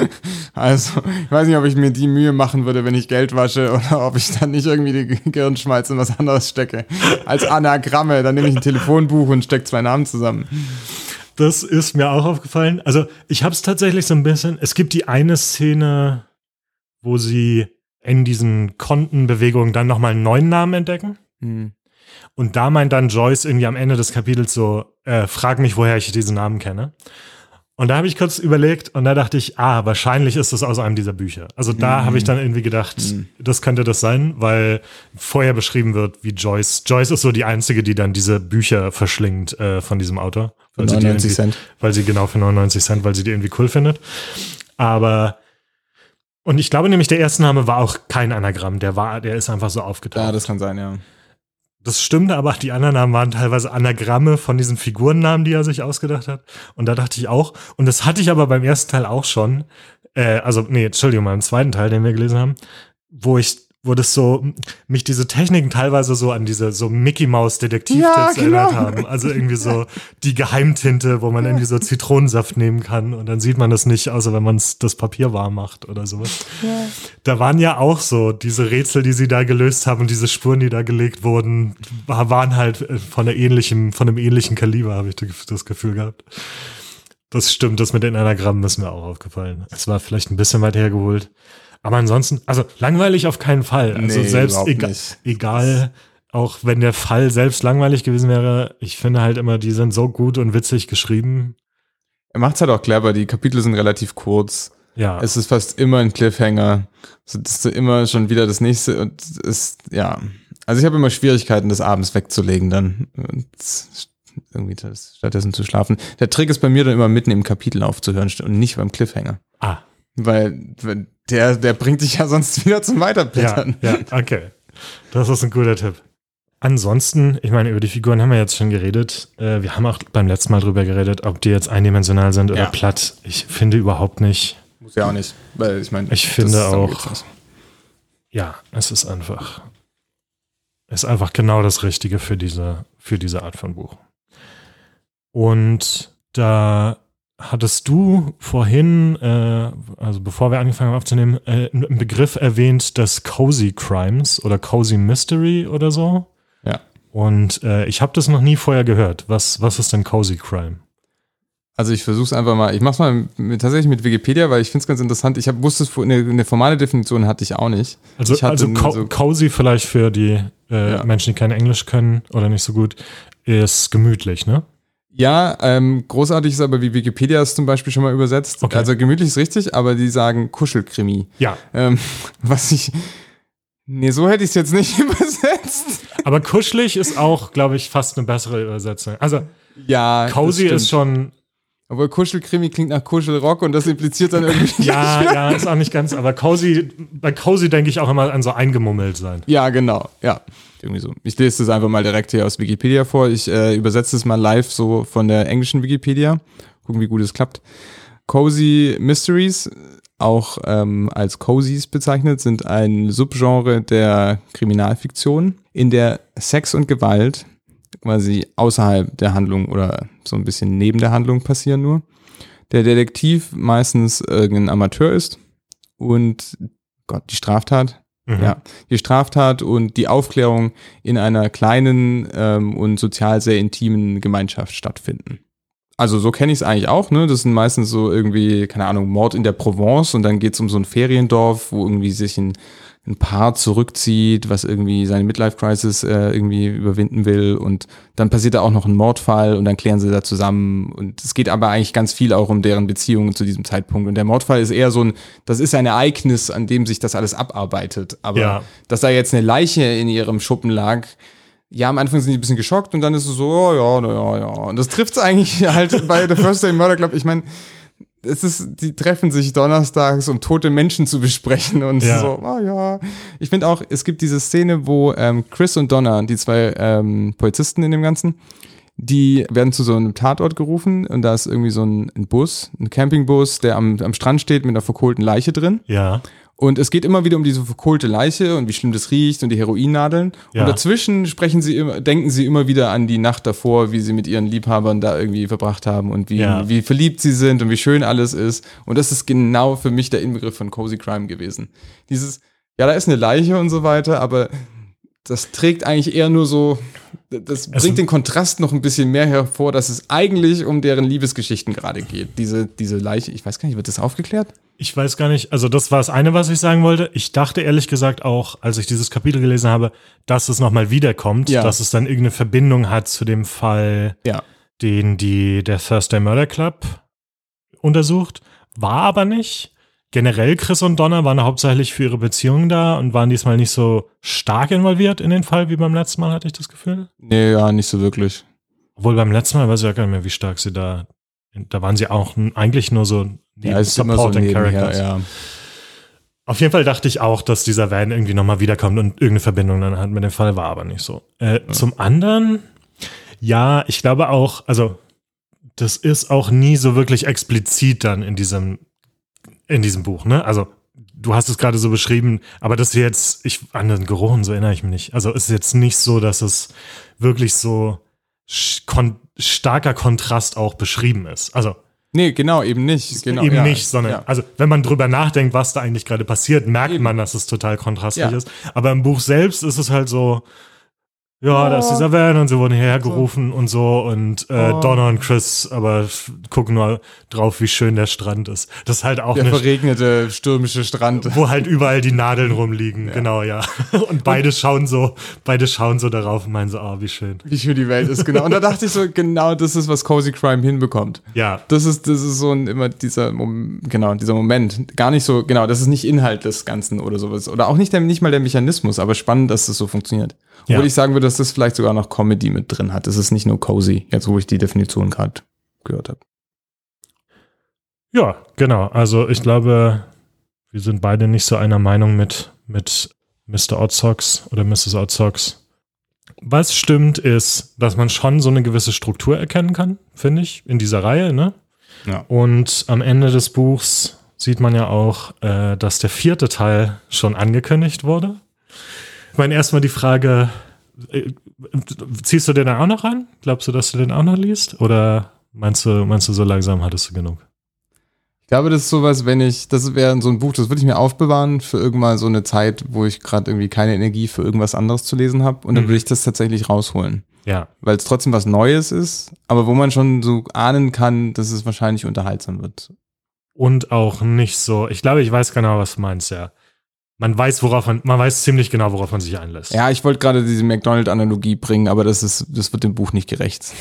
Also, ich weiß nicht, ob ich mir die Mühe machen würde, wenn ich Geld wasche oder ob ich dann nicht irgendwie die Gehirnschmalz in was anderes stecke. Als Anagramme, dann nehme ich ein Telefonbuch und stecke zwei Namen zusammen. Das ist mir auch aufgefallen. Also, ich habe es tatsächlich so ein bisschen, es gibt die eine Szene, wo sie in diesen Kontenbewegungen dann nochmal einen neuen Namen entdecken. Hm. Und da meint dann Joyce irgendwie am Ende des Kapitels so, äh, frag mich, woher ich diesen Namen kenne. Und da habe ich kurz überlegt und da dachte ich, ah, wahrscheinlich ist das aus einem dieser Bücher. Also da mhm. habe ich dann irgendwie gedacht, mhm. das könnte das sein, weil vorher beschrieben wird, wie Joyce, Joyce ist so die Einzige, die dann diese Bücher verschlingt äh, von diesem Autor. Weil neunundneunzig Cent. Weil sie genau für neunundneunzig Cent, weil sie die irgendwie cool findet. Aber und ich glaube nämlich, der erste Name war auch kein Anagramm, der war, der ist einfach so aufgetaucht. Ja, das kann sein, ja. Das stimmt, aber die anderen Namen waren teilweise Anagramme von diesen Figurennamen, die er sich ausgedacht hat. Und da dachte ich auch, und das hatte ich aber beim ersten Teil auch schon, äh, also, nee, Entschuldigung, beim zweiten Teil, den wir gelesen haben, wo ich, wo das so, mich diese Techniken teilweise so an diese so Mickey-Maus-Detektiv-Tipps ja, genau. erinnert haben. Also irgendwie so die Geheimtinte, wo man irgendwie so Zitronensaft nehmen kann und dann sieht man das nicht, außer wenn man das Papier warm macht oder sowas. Ja. Da waren ja auch so diese Rätsel, die sie da gelöst haben und diese Spuren, die da gelegt wurden, waren halt von der ähnlichen, von einem ähnlichen Kaliber, habe ich das Gefühl gehabt. Das stimmt, das mit den Anagrammen ist mir auch aufgefallen. Es war vielleicht ein bisschen weit hergeholt. Aber ansonsten, also langweilig auf keinen Fall. Also nee, selbst egal, egal, auch wenn der Fall selbst langweilig gewesen wäre, ich finde halt immer, die sind so gut und witzig geschrieben. Er macht's halt auch clever, die Kapitel sind relativ kurz. Ja. Es ist fast immer ein Cliffhanger. Es ist immer schon wieder das nächste und es ist, ja. Also ich habe immer Schwierigkeiten, das abends wegzulegen dann und irgendwie das, stattdessen zu schlafen. Der Trick ist bei mir dann immer mitten im Kapitel aufzuhören und nicht beim Cliffhanger. Ah. Weil der, der bringt dich ja sonst wieder zum Weiterblättern. Ja, ja, okay. Das ist ein guter Tipp. Ansonsten, ich meine, über die Figuren haben wir jetzt schon geredet. Äh, wir haben auch beim letzten Mal drüber geredet, ob die jetzt eindimensional sind oder ja. platt. Ich finde überhaupt nicht. Muss ja auch nicht, weil ich meine, ich finde auch, ja, es ist einfach, es ist einfach genau das Richtige für diese, für diese Art von Buch. Und da hattest du vorhin, äh, also bevor wir angefangen haben aufzunehmen, äh, einen Begriff erwähnt, das Cozy Crimes oder Cozy Mystery oder so. Ja. Und äh, ich habe das noch nie vorher gehört. Was, was ist denn Cozy Crime? Also ich versuche es einfach mal, ich mache es mal mit, tatsächlich mit Wikipedia, weil ich finde es ganz interessant. Ich hab, wusste es, eine, eine formale Definition hatte ich auch nicht. Also, ich also co- so, Cozy vielleicht für die äh, ja. Menschen, die kein Englisch können oder nicht so gut, ist gemütlich, ne? Ja, ähm, großartig ist aber, wie Wikipedia es zum Beispiel schon mal übersetzt. Okay. Also gemütlich ist richtig, aber die sagen Kuschelkrimi. Ja. Ähm, was ich, nee, so hätte ich es jetzt nicht übersetzt. Aber kuschelig ist auch, glaube ich, fast eine bessere Übersetzung. Also ja, Cozy ist schon... Obwohl Kuschelkrimi klingt nach Kuschelrock und das impliziert dann irgendwie... ja, ja, ist auch nicht ganz, aber Cozy, bei Cozy denke ich auch immer an so eingemummelt sein. Ja, genau, ja. Irgendwie so. Ich lese das einfach mal direkt hier aus Wikipedia vor. Ich äh, übersetze es mal live so von der englischen Wikipedia. Gucken, wie gut es klappt. Cozy Mysteries, auch ähm, als Cozies bezeichnet, sind ein Subgenre der Kriminalfiktion, in der Sex und Gewalt quasi außerhalb der Handlung oder so ein bisschen neben der Handlung passieren nur. Der Detektiv meistens irgendein Amateur ist und Gott, die Straftat. Mhm. Ja, die Straftat und die Aufklärung in einer kleinen ähm, und sozial sehr intimen Gemeinschaft stattfinden. Also so kenne ich es eigentlich auch, ne? Das sind meistens so irgendwie, keine Ahnung, Mord in der Provence und dann geht es um so ein Feriendorf, wo irgendwie sich ein, ein Paar zurückzieht, was irgendwie seine Midlife-Crisis äh, irgendwie überwinden will und dann passiert da auch noch ein Mordfall und dann klären sie da zusammen und es geht aber eigentlich ganz viel auch um deren Beziehungen zu diesem Zeitpunkt und der Mordfall ist eher so ein, das ist ein Ereignis, an dem sich das alles abarbeitet, aber ja. Dass da jetzt eine Leiche in ihrem Schuppen lag, ja, am Anfang sind die ein bisschen geschockt und dann ist es so, oh, ja, na, ja, ja. Und das trifft es eigentlich halt bei The First Day Murder Club. Ich meine, es ist, die treffen sich donnerstags, um tote Menschen zu besprechen und ja. so, oh ja. Ich finde auch, es gibt diese Szene, wo ähm, Chris und Donna, die zwei ähm, Polizisten in dem Ganzen, die werden zu so einem Tatort gerufen und da ist irgendwie so ein, ein Bus, ein Campingbus, der am, am Strand steht mit einer verkohlten Leiche drin. Ja. Und es geht immer wieder um diese verkohlte Leiche und wie schlimm das riecht und die Heroinnadeln. Ja. Und dazwischen sprechen sie immer, denken sie immer wieder an die Nacht davor, wie sie mit ihren Liebhabern da irgendwie verbracht haben und wie, ja. wie verliebt sie sind und wie schön alles ist. Und das ist genau für mich der Inbegriff von Cozy Crime gewesen. Dieses, ja, da ist eine Leiche und so weiter, aber das trägt eigentlich eher nur so, das bringt den Kontrast noch ein bisschen mehr hervor, dass es eigentlich um deren Liebesgeschichten gerade geht. Diese, diese Leiche, ich weiß gar nicht, wird das aufgeklärt? Ich weiß gar nicht, also das war das eine, was ich sagen wollte. Ich dachte ehrlich gesagt auch, als ich dieses Kapitel gelesen habe, dass es nochmal wiederkommt, ja. dass es dann irgendeine Verbindung hat zu dem Fall, ja. den die der Thursday Murder Club untersucht. War aber nicht. Generell Chris und Donna waren hauptsächlich für ihre Beziehung da und waren diesmal nicht so stark involviert in den Fall wie beim letzten Mal, hatte ich das Gefühl. Nee, ja, nicht so wirklich. Obwohl beim letzten Mal weiß ich ja gar nicht mehr, wie stark sie da, da waren sie auch eigentlich nur so ja, ist Supporting so Characters. Ja. Auf jeden Fall dachte ich auch, dass dieser Van irgendwie nochmal wiederkommt und irgendeine Verbindung dann hat mit dem Fall, war aber nicht so. Äh, ja. Zum anderen, ja, ich glaube auch, also das ist auch nie so wirklich explizit dann in diesem in diesem Buch, ne? Also du hast es gerade so beschrieben, aber das ist jetzt, ich an den Geruch und so erinnere ich mich nicht. Also es ist jetzt nicht so, dass es wirklich so kon- starker Kontrast auch beschrieben ist. Also nee, genau, eben nicht. Genau, eben ja, nicht, sondern, ja. also wenn man drüber nachdenkt, was da eigentlich gerade passiert, merkt eben. man, dass es total kontrastlich ja. ist. Aber im Buch selbst ist es halt so, ja, oh. da ist dieser Van und sie wurden hierher gerufen so. und so und äh, oh. Donna und Chris, aber gucken nur drauf, wie schön der Strand ist. Das ist halt auch der eine verregnete, stürmische Strand. Wo halt überall die Nadeln rumliegen, ja. genau, ja. Und beide schauen so, beide schauen so darauf und meinen so, oh, wie schön. Wie schön die Welt ist, genau. Und da dachte ich so, genau das ist, was Cozy Crime hinbekommt. Ja. Das ist, das ist so ein, immer dieser, genau, dieser Moment. Gar nicht so, genau, das ist nicht Inhalt des Ganzen oder sowas. Oder auch nicht, der, nicht mal der Mechanismus, aber spannend, dass das so funktioniert. Obwohl ja. ich sagen würde, dass das vielleicht sogar noch Comedy mit drin hat. Das ist nicht nur cozy, jetzt wo ich die Definition gerade gehört habe. Ja, genau. Also ich glaube, wir sind beide nicht so einer Meinung mit, mit Mister Oddsox oder Misses Oddsox. Was stimmt ist, dass man schon so eine gewisse Struktur erkennen kann, finde ich, in dieser Reihe, ne? Ja. Und am Ende des Buchs sieht man ja auch, äh, dass der vierte Teil schon angekündigt wurde. Ich meine, erstmal die Frage, äh, ziehst du den da auch noch an? Glaubst du, dass du den auch noch liest? Oder meinst du, meinst du, so langsam hattest du genug? Ich glaube, das ist sowas, wenn ich, das wäre so ein Buch, das würde ich mir aufbewahren für irgendwann so eine Zeit, wo ich gerade irgendwie keine Energie für irgendwas anderes zu lesen habe und dann Mhm. würde ich das tatsächlich rausholen. Ja. Weil es trotzdem was Neues ist, aber wo man schon so ahnen kann, dass es wahrscheinlich unterhaltsam wird. Und auch nicht so, ich glaube, ich weiß genau, was du meinst, ja. Man weiß, worauf man, man weiß ziemlich genau, worauf man sich einlässt. Ja, ich wollte gerade diese McDonald-Analogie bringen, aber das ist, das wird dem Buch nicht gerecht.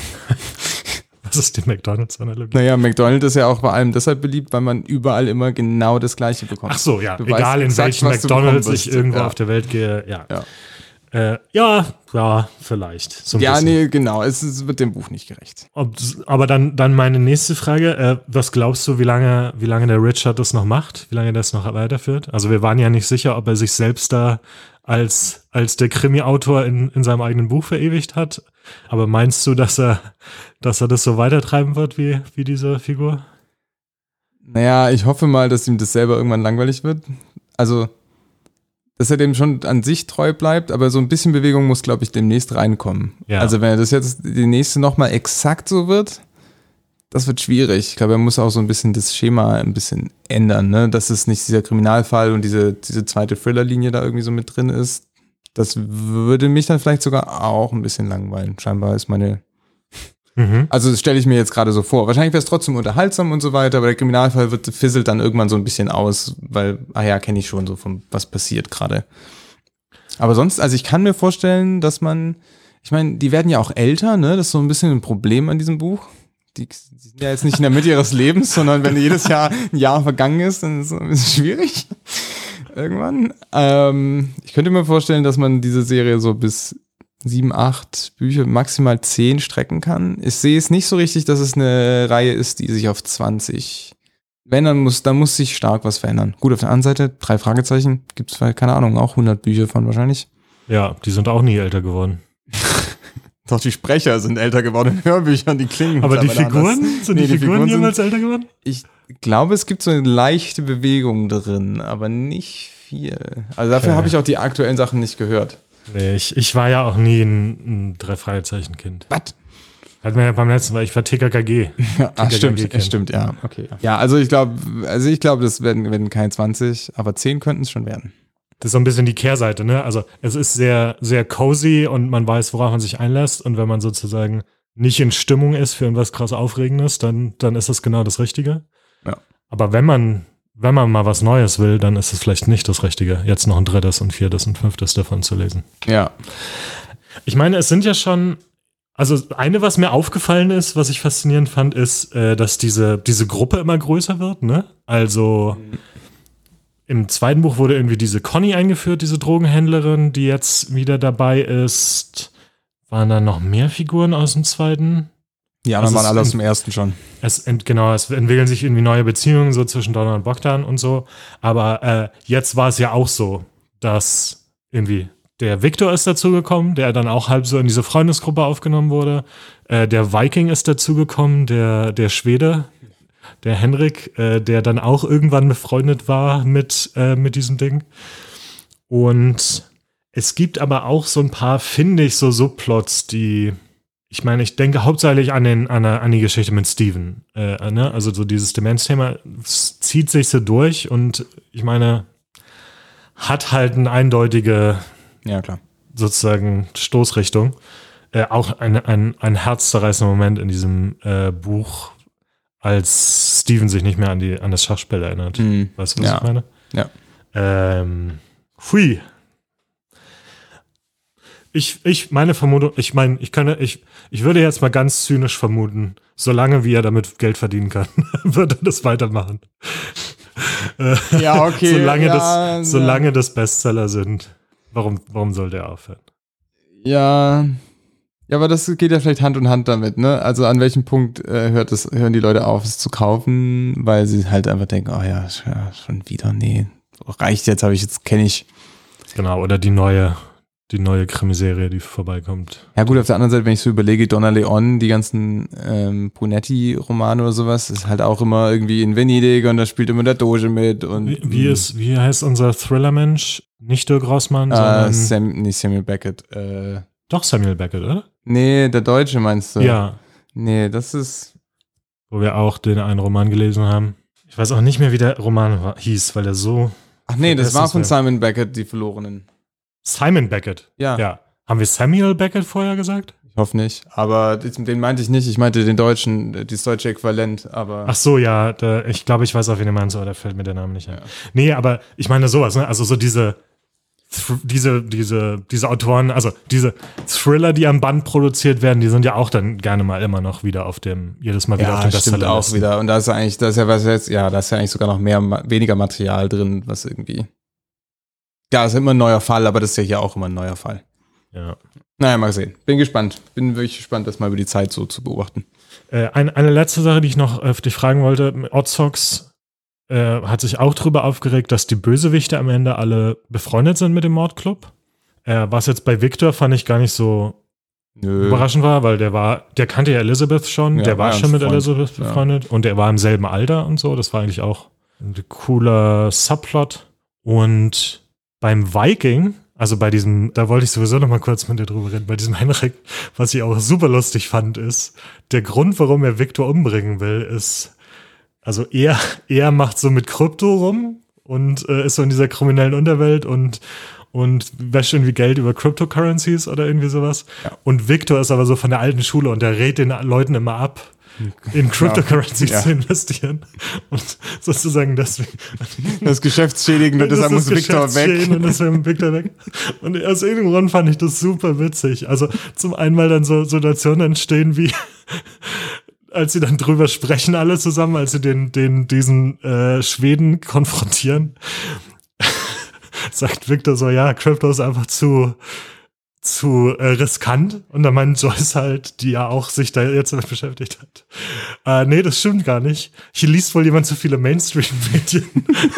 Was ist die McDonalds-Analogie? Naja, McDonald's ist ja auch vor allem deshalb beliebt, weil man überall immer genau das Gleiche bekommt. Ach so, ja. Du Egal, weißt in exakt, welchen was du McDonalds bekommen ich wirst. irgendwo Ja. auf der Welt gehe, ja. Ja. Äh, ja, ja, vielleicht. So ein Ja, bisschen. nee, genau. Es, es wird dem Buch nicht gerecht. Ob, aber dann, dann meine nächste Frage. Äh, was glaubst du, wie lange, wie lange der Richard das noch macht? Wie lange das noch weiterführt? Also wir waren ja nicht sicher, ob er sich selbst da als, als der Krimi-Autor in, in seinem eigenen Buch verewigt hat. Aber meinst du, dass er, dass er das so weitertreiben wird wie, wie diese Figur? Naja, ich hoffe mal, dass ihm das selber irgendwann langweilig wird. Also, dass er dem schon an sich treu bleibt, aber so ein bisschen Bewegung muss, glaube ich, demnächst reinkommen. Ja. Also, wenn er das jetzt die nächste nochmal exakt so wird, das wird schwierig. Ich glaube, er muss auch so ein bisschen das Schema ein bisschen ändern, ne? Dass es nicht dieser Kriminalfall und diese, diese zweite Thriller-Linie da irgendwie so mit drin ist. Das würde mich dann vielleicht sogar auch ein bisschen langweilen. Scheinbar ist meine Mhm. Also das stelle ich mir jetzt gerade so vor. Wahrscheinlich wäre es trotzdem unterhaltsam und so weiter, aber der Kriminalfall wird fisselt dann irgendwann so ein bisschen aus, weil, ah ja, kenne ich schon so von was passiert gerade. Aber sonst, also ich kann mir vorstellen, dass man, ich meine, die werden ja auch älter, ne? Das ist so ein bisschen ein Problem an diesem Buch. Die, die sind ja jetzt nicht in der Mitte ihres Lebens, sondern wenn jedes Jahr ein Jahr vergangen ist, dann ist es ein bisschen schwierig. Irgendwann. Ähm, ich könnte mir vorstellen, dass man diese Serie so bis sieben, acht Bücher, maximal zehn strecken kann. Ich sehe es nicht so richtig, dass es eine Reihe ist, die sich auf zwanzig, wenn, dann muss, dann muss sich stark was verändern. Gut, auf der anderen Seite, drei Fragezeichen, gibt es, keine Ahnung, auch hundert Bücher von wahrscheinlich. Ja, die sind auch nie älter geworden. Doch, die Sprecher sind älter geworden in Hörbüchern, die klingen. Aber die mittlerweile Figuren? anders. Sind Nee, die, die Figuren, Figuren sind- jemals älter geworden? Ich glaube, es gibt so eine leichte Bewegung drin, aber nicht viel. Also dafür Okay. habe ich auch die aktuellen Sachen nicht gehört. Nee, ich, ich war ja auch nie ein, ein Drei-Fragezeichen-Kind. Was? Hat mir ja beim letzten Mal, ich war T K K G. Ja, ah, T K K G stimmt, kennt. es stimmt, ja. Okay. Ja, also ich glaube, also ich glaube, das werden, werden keine zwanzig, aber zehn könnten es schon werden. Das ist so ein bisschen die Kehrseite, ne? Also es ist sehr, sehr cozy und man weiß, worauf man sich einlässt. Und wenn man sozusagen nicht in Stimmung ist für irgendwas krass Aufregendes, dann, dann ist das genau das Richtige. Ja. Aber wenn man, wenn man mal was Neues will, dann ist es vielleicht nicht das Richtige, jetzt noch ein drittes und viertes und fünftes davon zu lesen. Ja. Ich meine, es sind ja schon, also eine, was mir aufgefallen ist, was ich faszinierend fand, ist, äh, dass diese, diese Gruppe immer größer wird, ne? Also im zweiten Buch wurde irgendwie diese Conny eingeführt, diese Drogenhändlerin, die jetzt wieder dabei ist. Waren da noch mehr Figuren aus dem zweiten? Die anderen Also waren es alle aus in- dem ersten schon. Es ent, genau, es entwickeln sich irgendwie neue Beziehungen so zwischen Donner und Bogdan und so. Aber äh, jetzt war es ja auch so, dass irgendwie der Viktor ist dazugekommen, der dann auch halb so in diese Freundesgruppe aufgenommen wurde. Äh, der Viking ist dazugekommen, der, der Schwede, der Henrik, äh, der dann auch irgendwann befreundet war mit, äh, mit diesem Ding. Und es gibt aber auch so ein paar, finde ich, so Subplots, die, ich meine, ich denke hauptsächlich an, den, an, an die Geschichte mit Steven. Äh, ne? Also so dieses Demenzthema es zieht sich so durch und ich meine, hat halt eine eindeutige Ja, klar. sozusagen Stoßrichtung. Äh, auch ein, ein, ein herzzerreißender Moment in diesem äh, Buch, als Steven sich nicht mehr an, die, an das Schachspiel erinnert. Mhm. Weißt du, was Ja. ich meine? Ja. Ähm, hui. Ich, ich, meine Vermutung, ich meine, ich könnte, ich, ich würde jetzt mal ganz zynisch vermuten, solange wie er damit Geld verdienen kann, wird er das weitermachen. Äh, Ja, okay. solange, ja, das, solange das Bestseller sind. Warum, warum sollte er aufhören? Ja. Ja, aber das geht ja vielleicht Hand in Hand damit, ne? Also an welchem Punkt äh, hört es, hören die Leute auf, es zu kaufen, weil sie halt einfach denken, oh ja, sch- ja schon wieder, nee, reicht jetzt, habe ich jetzt, kenne ich. Genau, oder die neue, die neue Krimiserie, die vorbeikommt. Ja gut, auf der anderen Seite, wenn ich so überlege, Donna Leon, die ganzen ähm, Brunetti-Romane oder sowas, ist halt auch immer irgendwie in Venedig und da spielt immer der Doge mit und Wie, wie, ist, wie heißt unser Thriller-Mensch? Nicht Dirk Rossmann, äh, sondern Sam, nee, Samuel Beckett. Äh, doch Samuel Beckett, oder? nee, der Deutsche meinst du? Ja, Nee, das ist wo wir auch den einen Roman gelesen haben. Ich weiß auch nicht mehr, wie der Roman war, hieß, weil der so... Ach nee, das war von Simon Beckett, Die Verlorenen. Simon Beckett? Ja. ja. Haben wir Samuel Beckett vorher gesagt? Ich hoffe nicht, aber den meinte ich nicht. Ich meinte den deutschen, das deutsche Äquivalent, aber... Ach so, ja, der, ich glaube, ich weiß auch, wen du meinst, aber da fällt mir der Name nicht ein. Ja. Nee, aber ich meine sowas, ne? Also so diese... Diese, diese, diese Autoren, also diese Thriller, die am Band produziert werden, die sind ja auch dann gerne mal immer noch wieder auf dem, jedes Mal wieder ja, auf dem Bestseller. Ja, stimmt auch wieder. Und da ist ja eigentlich, da ist ja was jetzt, ja, da ist ja eigentlich sogar noch mehr, weniger Material drin, was irgendwie. Ja, ist immer ein neuer Fall, aber das ist ja hier auch immer ein neuer Fall. Ja. Naja, mal sehen. Bin gespannt. Bin wirklich gespannt, das mal über die Zeit so zu beobachten. Äh, eine, eine letzte Sache, die ich noch äh, dich fragen wollte. Oddsox äh, hat sich auch drüber aufgeregt, dass die Bösewichte am Ende alle befreundet sind mit dem Mordclub. Äh, was jetzt bei Victor fand ich gar nicht so Nö. überraschend war, weil der war, der kannte ja Elizabeth schon, ja, der war, war schon mit Freund. Elizabeth befreundet ja. und der war im selben Alter und so. Das war eigentlich auch ein cooler Subplot. Und beim Viking, also bei diesem, da wollte ich sowieso noch mal kurz mit dir drüber reden, bei diesem Henrik, was ich auch super lustig fand, ist, der Grund, warum er Victor umbringen will, ist, also er, er macht so mit Krypto rum und äh, ist so in dieser kriminellen Unterwelt und, und wäscht irgendwie Geld über Cryptocurrencies oder irgendwie sowas. Ja. Und Victor ist aber so von der alten Schule und der rät den Leuten immer ab, in Cryptocurrencies ja. zu investieren. Und sozusagen deswegen. Das Geschäftsschädigende, das, das muss Victor weg. Und das wäre Victor weg. Und aus irgendeinem Grund fand ich das super witzig. Also zum einen mal dann so Situationen entstehen wie als sie dann drüber sprechen, alle zusammen, als sie den, den, diesen äh, Schweden konfrontieren, sagt Victor so, ja, Crypto ist einfach zu, zu äh, riskant. Und dann meint Joyce halt, die ja auch sich da jetzt damit beschäftigt hat. Äh, nee, das stimmt gar nicht. Hier liest wohl jemand zu viele Mainstream-Medien.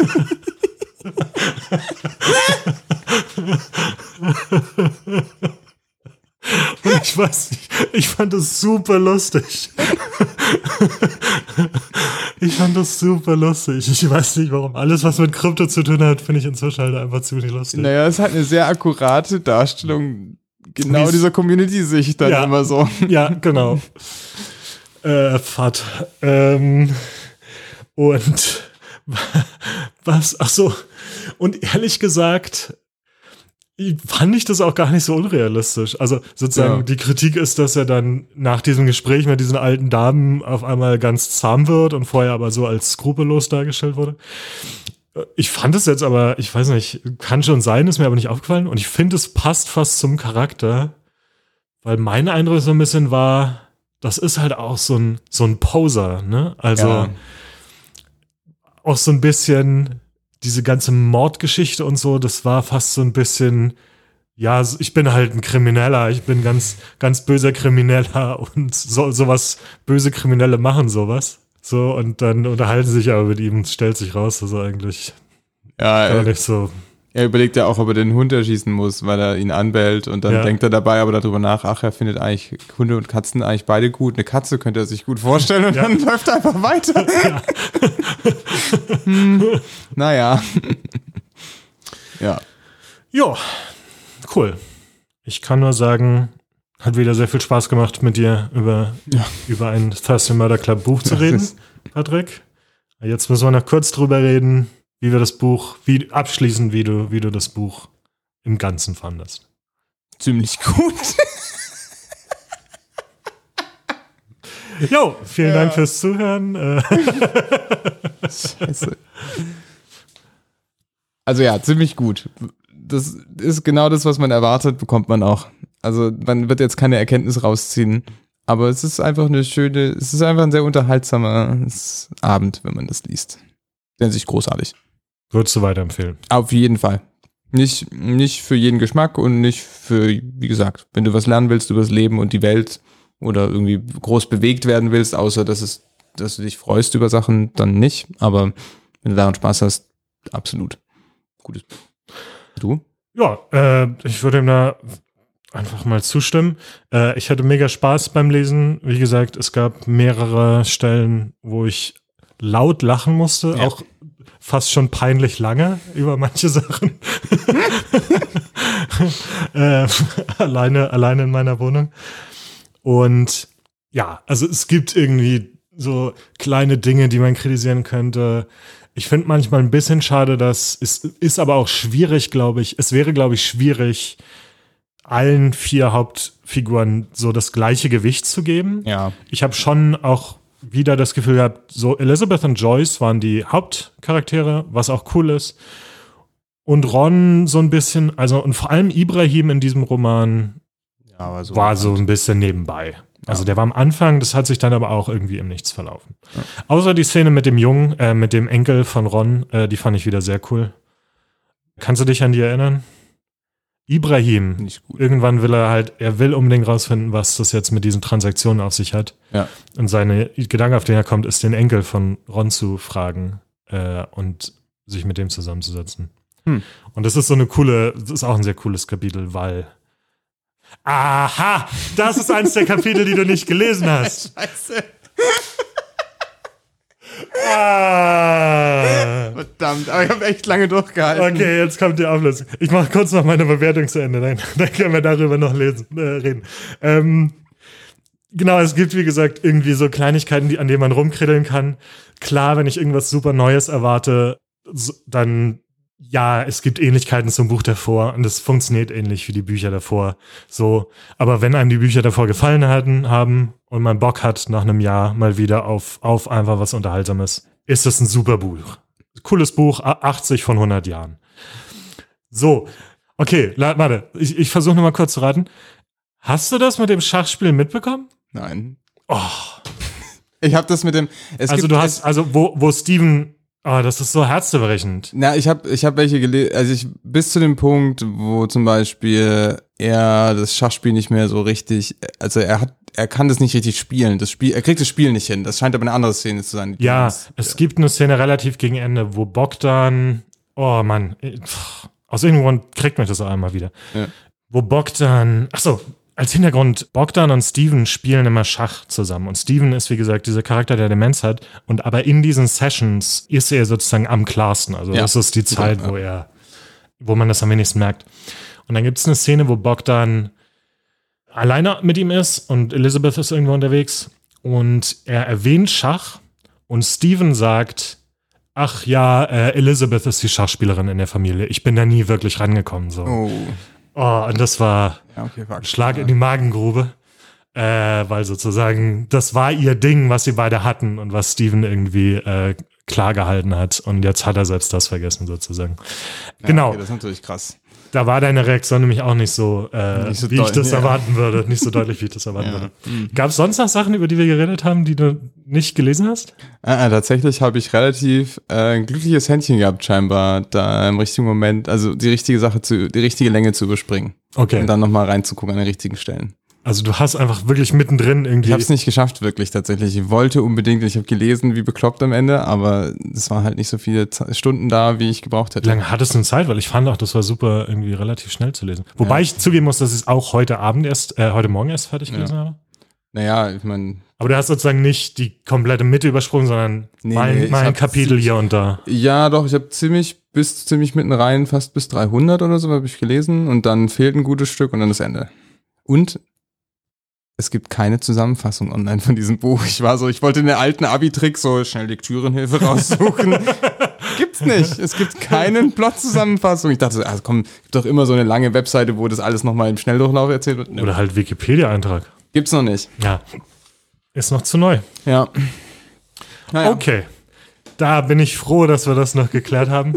Und ich weiß nicht, ich fand das super lustig. Ich fand das super lustig. Ich weiß nicht warum. Alles, was mit Krypto zu tun hat, finde ich inzwischen halt einfach ziemlich lustig. Naja, es hat eine sehr akkurate Darstellung genau Wie's, dieser Community-Sicht dann ja, immer so. Ja, genau. äh, Fad. Ähm, und was, ach so. Und ehrlich gesagt, fand ich das auch gar nicht so unrealistisch. Also sozusagen ja. die Kritik ist, dass er dann nach diesem Gespräch mit diesen alten Damen auf einmal ganz zahm wird und vorher aber so als skrupellos dargestellt wurde. Ich fand es jetzt aber, ich weiß nicht, kann schon sein, ist mir aber nicht aufgefallen. Und ich finde, es passt fast zum Charakter, weil mein Eindruck so ein bisschen war, das ist halt auch so ein, so ein Poser, ne? Also ja. auch so ein bisschen diese ganze Mordgeschichte und so, das war fast so ein bisschen, ja, ich bin halt ein Krimineller, ich bin ganz, ganz böser Krimineller und so, sowas, böse Kriminelle machen sowas. So, und dann unterhalten sie sich aber mit ihm und stellt sich raus, dass er eigentlich ja, gar nicht so. Er überlegt ja auch, ob er den Hund erschießen muss, weil er ihn anbellt und dann ja. denkt er dabei aber darüber nach, ach, er findet eigentlich Hunde und Katzen eigentlich beide gut. Eine Katze könnte er sich gut vorstellen und ja. dann läuft er einfach weiter. Ja. hm, naja. ja. Ja, cool. Ich kann nur sagen, hat wieder sehr viel Spaß gemacht, mit dir über, ja. über ein Thursday Murder Club Buch zu reden, Patrick. Jetzt müssen wir noch kurz drüber reden, wie wir das Buch, wie abschließend, wie du, wie du das Buch im Ganzen fandest. Ziemlich gut. Jo, vielen ja. Dank fürs Zuhören. Scheiße. Also ja, ziemlich gut. Das ist genau das, was man erwartet, bekommt man auch. Also man wird jetzt keine Erkenntnis rausziehen, aber es ist einfach eine schöne, es ist einfach ein sehr unterhaltsamer Abend, wenn man das liest. Nennt sich großartig. Würdest du weiterempfehlen? Auf jeden Fall. Nicht, nicht für jeden Geschmack und nicht für, wie gesagt, wenn du was lernen willst über das Leben und die Welt oder irgendwie groß bewegt werden willst, außer dass es, dass du dich freust über Sachen, dann nicht. Aber wenn du daran Spaß hast, absolut. Gutes Buch. Du? Ja, äh, ich würde ihm da einfach mal zustimmen. Äh, ich hatte mega Spaß beim Lesen. Wie gesagt, es gab mehrere Stellen, wo ich laut lachen musste, ja. auch fast schon peinlich lange über manche Sachen. äh, alleine, alleine in meiner Wohnung. Und ja, also es gibt irgendwie so kleine Dinge, die man kritisieren könnte. Ich finde manchmal ein bisschen schade, dass es ist aber auch schwierig, glaube ich. Es wäre, glaube ich, schwierig, allen vier Hauptfiguren so das gleiche Gewicht zu geben. Ja. Ich habe schon auch wieder das Gefühl gehabt, so Elizabeth und Joyce waren die Hauptcharaktere, was auch cool ist. Und Ron so ein bisschen, also und vor allem Ibrahim in diesem Roman ja, aber so war so ein bisschen nebenbei. Also der war am Anfang, das hat sich dann aber auch irgendwie im Nichts verlaufen. Ja. Außer die Szene mit dem Jungen, äh, mit dem Enkel von Ron, äh, die fand ich wieder sehr cool. Kannst du dich an die erinnern? Ibrahim, Nicht gut. Irgendwann will er halt, er will unbedingt rausfinden, was das jetzt mit diesen Transaktionen auf sich hat. Ja. Und seine Gedanke, auf den er kommt, ist den Enkel von Ron zu fragen äh, und sich mit dem zusammenzusetzen. Hm. Und das ist so eine coole, das ist auch ein sehr cooles Kapitel, weil aha, das ist eines der Kapitel, die du nicht gelesen hast. Scheiße. Ah. Verdammt, aber ich habe echt lange durchgehalten. Okay, jetzt kommt die Auflösung. Ich mache kurz noch meine Bewertung zu Ende, dann, dann können wir darüber noch lesen, äh, reden. Ähm, genau, es gibt, wie gesagt, irgendwie so Kleinigkeiten, die, an denen man rumkriddeln kann. Klar, wenn ich irgendwas super Neues erwarte, so, dann ja, es gibt Ähnlichkeiten zum Buch davor und es funktioniert ähnlich wie die Bücher davor. So, aber wenn einem die Bücher davor gefallen hatten, haben und man Bock hat, nach einem Jahr mal wieder auf, auf einfach was Unterhaltsames, ist es ein super Buch. Cooles Buch, achtzig von hundert Jahren. So, okay, warte, ich, ich versuche nochmal kurz zu raten. Hast du das mit dem Schachspiel mitbekommen? Nein. Oh. Ich habe das mit dem. Es also gibt, du hast, also wo, wo Steven. Oh, das ist so herzzerbrechend. Na, ich habe ich hab welche gelesen, also ich bis zu dem Punkt, wo zum Beispiel er das Schachspiel nicht mehr so richtig, also er hat, er kann das nicht richtig spielen, das Spiel, er kriegt das Spiel nicht hin, das scheint aber eine andere Szene zu sein. Ja, das, es ja. gibt eine Szene relativ gegen Ende, wo Bogdan, oh Mann, aus irgendeinem Grund kriegt mich das auch einmal wieder, ja. wo Bogdan, ach so, als Hintergrund, Bogdan und Steven spielen immer Schach zusammen. Und Steven ist, wie gesagt, dieser Charakter, der Demenz hat. Und aber in diesen Sessions ist er sozusagen am klarsten. Also ja. das ist die Zeit, ja, ja. wo er, wo man das am wenigsten merkt. Und dann gibt es eine Szene, wo Bogdan alleine mit ihm ist und Elizabeth ist irgendwo unterwegs. Und er erwähnt Schach und Steven sagt, ach ja, äh, Elizabeth ist die Schachspielerin in der Familie. Ich bin da nie wirklich rangekommen. So. Oh. Oh, und das war ja, okay, ein Schlag in die Magengrube, äh, weil sozusagen das war ihr Ding, was sie beide hatten und was Steven irgendwie äh, klar gehalten hat. Und jetzt hat er selbst das vergessen, sozusagen. Ja, genau. Okay, das ist natürlich krass. Da war deine Reaktion nämlich auch nicht so, äh, nicht so wie doll, ich das ja. erwarten würde. Nicht so deutlich, wie ich das erwarten Ja. würde. Mhm. Gab es sonst noch Sachen, über die wir geredet haben, die du nicht gelesen hast? Äh, äh, tatsächlich habe ich relativ äh, ein glückliches Händchen gehabt, scheinbar, da im richtigen Moment, also die richtige Sache zu, die richtige Länge zu überspringen. Okay. Und dann nochmal reinzugucken an den richtigen Stellen. Also du hast einfach wirklich mittendrin irgendwie. Ich habe es nicht geschafft, wirklich tatsächlich. Ich wollte unbedingt, ich habe gelesen, wie bekloppt am Ende, aber es waren halt nicht so viele Z- Stunden da, wie ich gebraucht hätte. Wie lange hattest du denn Zeit? Weil ich fand auch, das war super irgendwie relativ schnell zu lesen. Wobei Ja. ich zugeben muss, dass ich es auch heute Abend erst, äh, heute Morgen erst fertig gelesen Ja. habe. Naja, ich meine, Aber du hast sozusagen nicht die komplette Mitte übersprungen, sondern Nee, mal, nee, ich mal ein hab Kapitel ziemlich- hier und da. ja doch, ich habe ziemlich bis ziemlich mitten rein, fast bis dreihundert oder so habe ich gelesen und dann fehlt ein gutes Stück und dann das Ende. Und es gibt keine Zusammenfassung online von diesem Buch. Ich war so, ich wollte in der alten Abi-Trick so schnell Lektürenhilfe raussuchen. Gibt's nicht. Es gibt keinen Plot-Zusammenfassung. Ich dachte, so, also komm, gibt doch immer so eine lange Webseite, wo das alles nochmal im Schnelldurchlauf erzählt wird. Nee. Oder halt Wikipedia-Eintrag. Gibt's noch nicht. Ja. Ist noch zu neu. Ja. Naja. Okay. Da bin ich froh, dass wir das noch geklärt haben.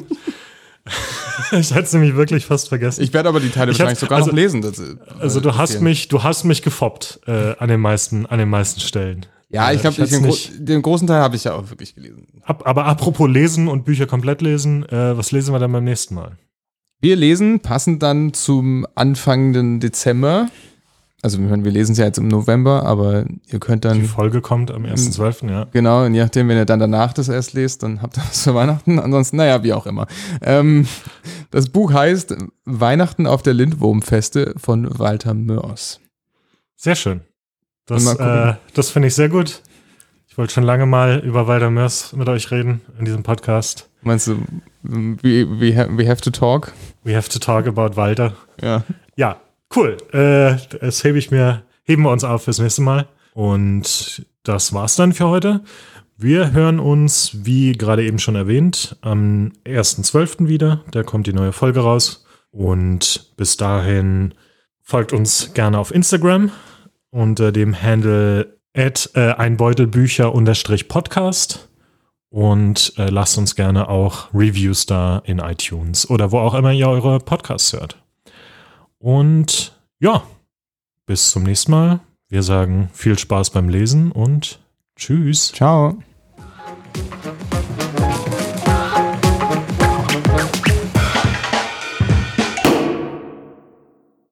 Ich hätte es nämlich wirklich fast vergessen. Ich werde aber die Teile Ich wahrscheinlich hab- sogar also- noch lesen. Das, also du hast mich, du hast mich gefoppt äh, an den meisten, an den meisten Stellen. Ja, ich Äh, glaube, hätt's den, Gro nicht- den großen Teil habe ich ja auch wirklich gelesen. Ab, aber apropos lesen und Bücher komplett lesen, äh, was lesen wir dann beim nächsten Mal? Wir lesen passend dann zum anfangenden Dezember. Also wir, wir lesen es ja jetzt im November, aber ihr könnt Die dann, Folge kommt am ersten zwölften ja. genau, und je nachdem, wenn ihr dann danach das erst lest, dann habt ihr was für Weihnachten. Ansonsten, naja, wie auch immer. Ähm, das Buch heißt Weihnachten auf der Lindwurmfeste von Walter Mörs. Sehr schön. Das, Mal gucken. äh, das finde ich sehr gut. Ich wollte schon lange mal über Walter Mörs mit euch reden in diesem Podcast. Meinst du, we, we, have, we have to talk? We have to talk about Walter. Ja. Ja, cool. Äh, das hebe ich mir, heben wir uns auf fürs nächste Mal. Und das war's dann für heute. Wir hören uns, wie gerade eben schon erwähnt, am ersten zwölften wieder. Da kommt die neue Folge raus. Und bis dahin folgt uns gerne auf Instagram unter dem Handle at äh, einbeutelbücher-podcast und äh, lasst uns gerne auch Reviews da in iTunes oder wo auch immer ihr eure Podcasts hört. Und ja, bis zum nächsten Mal. Wir sagen viel Spaß beim Lesen und tschüss. Ciao.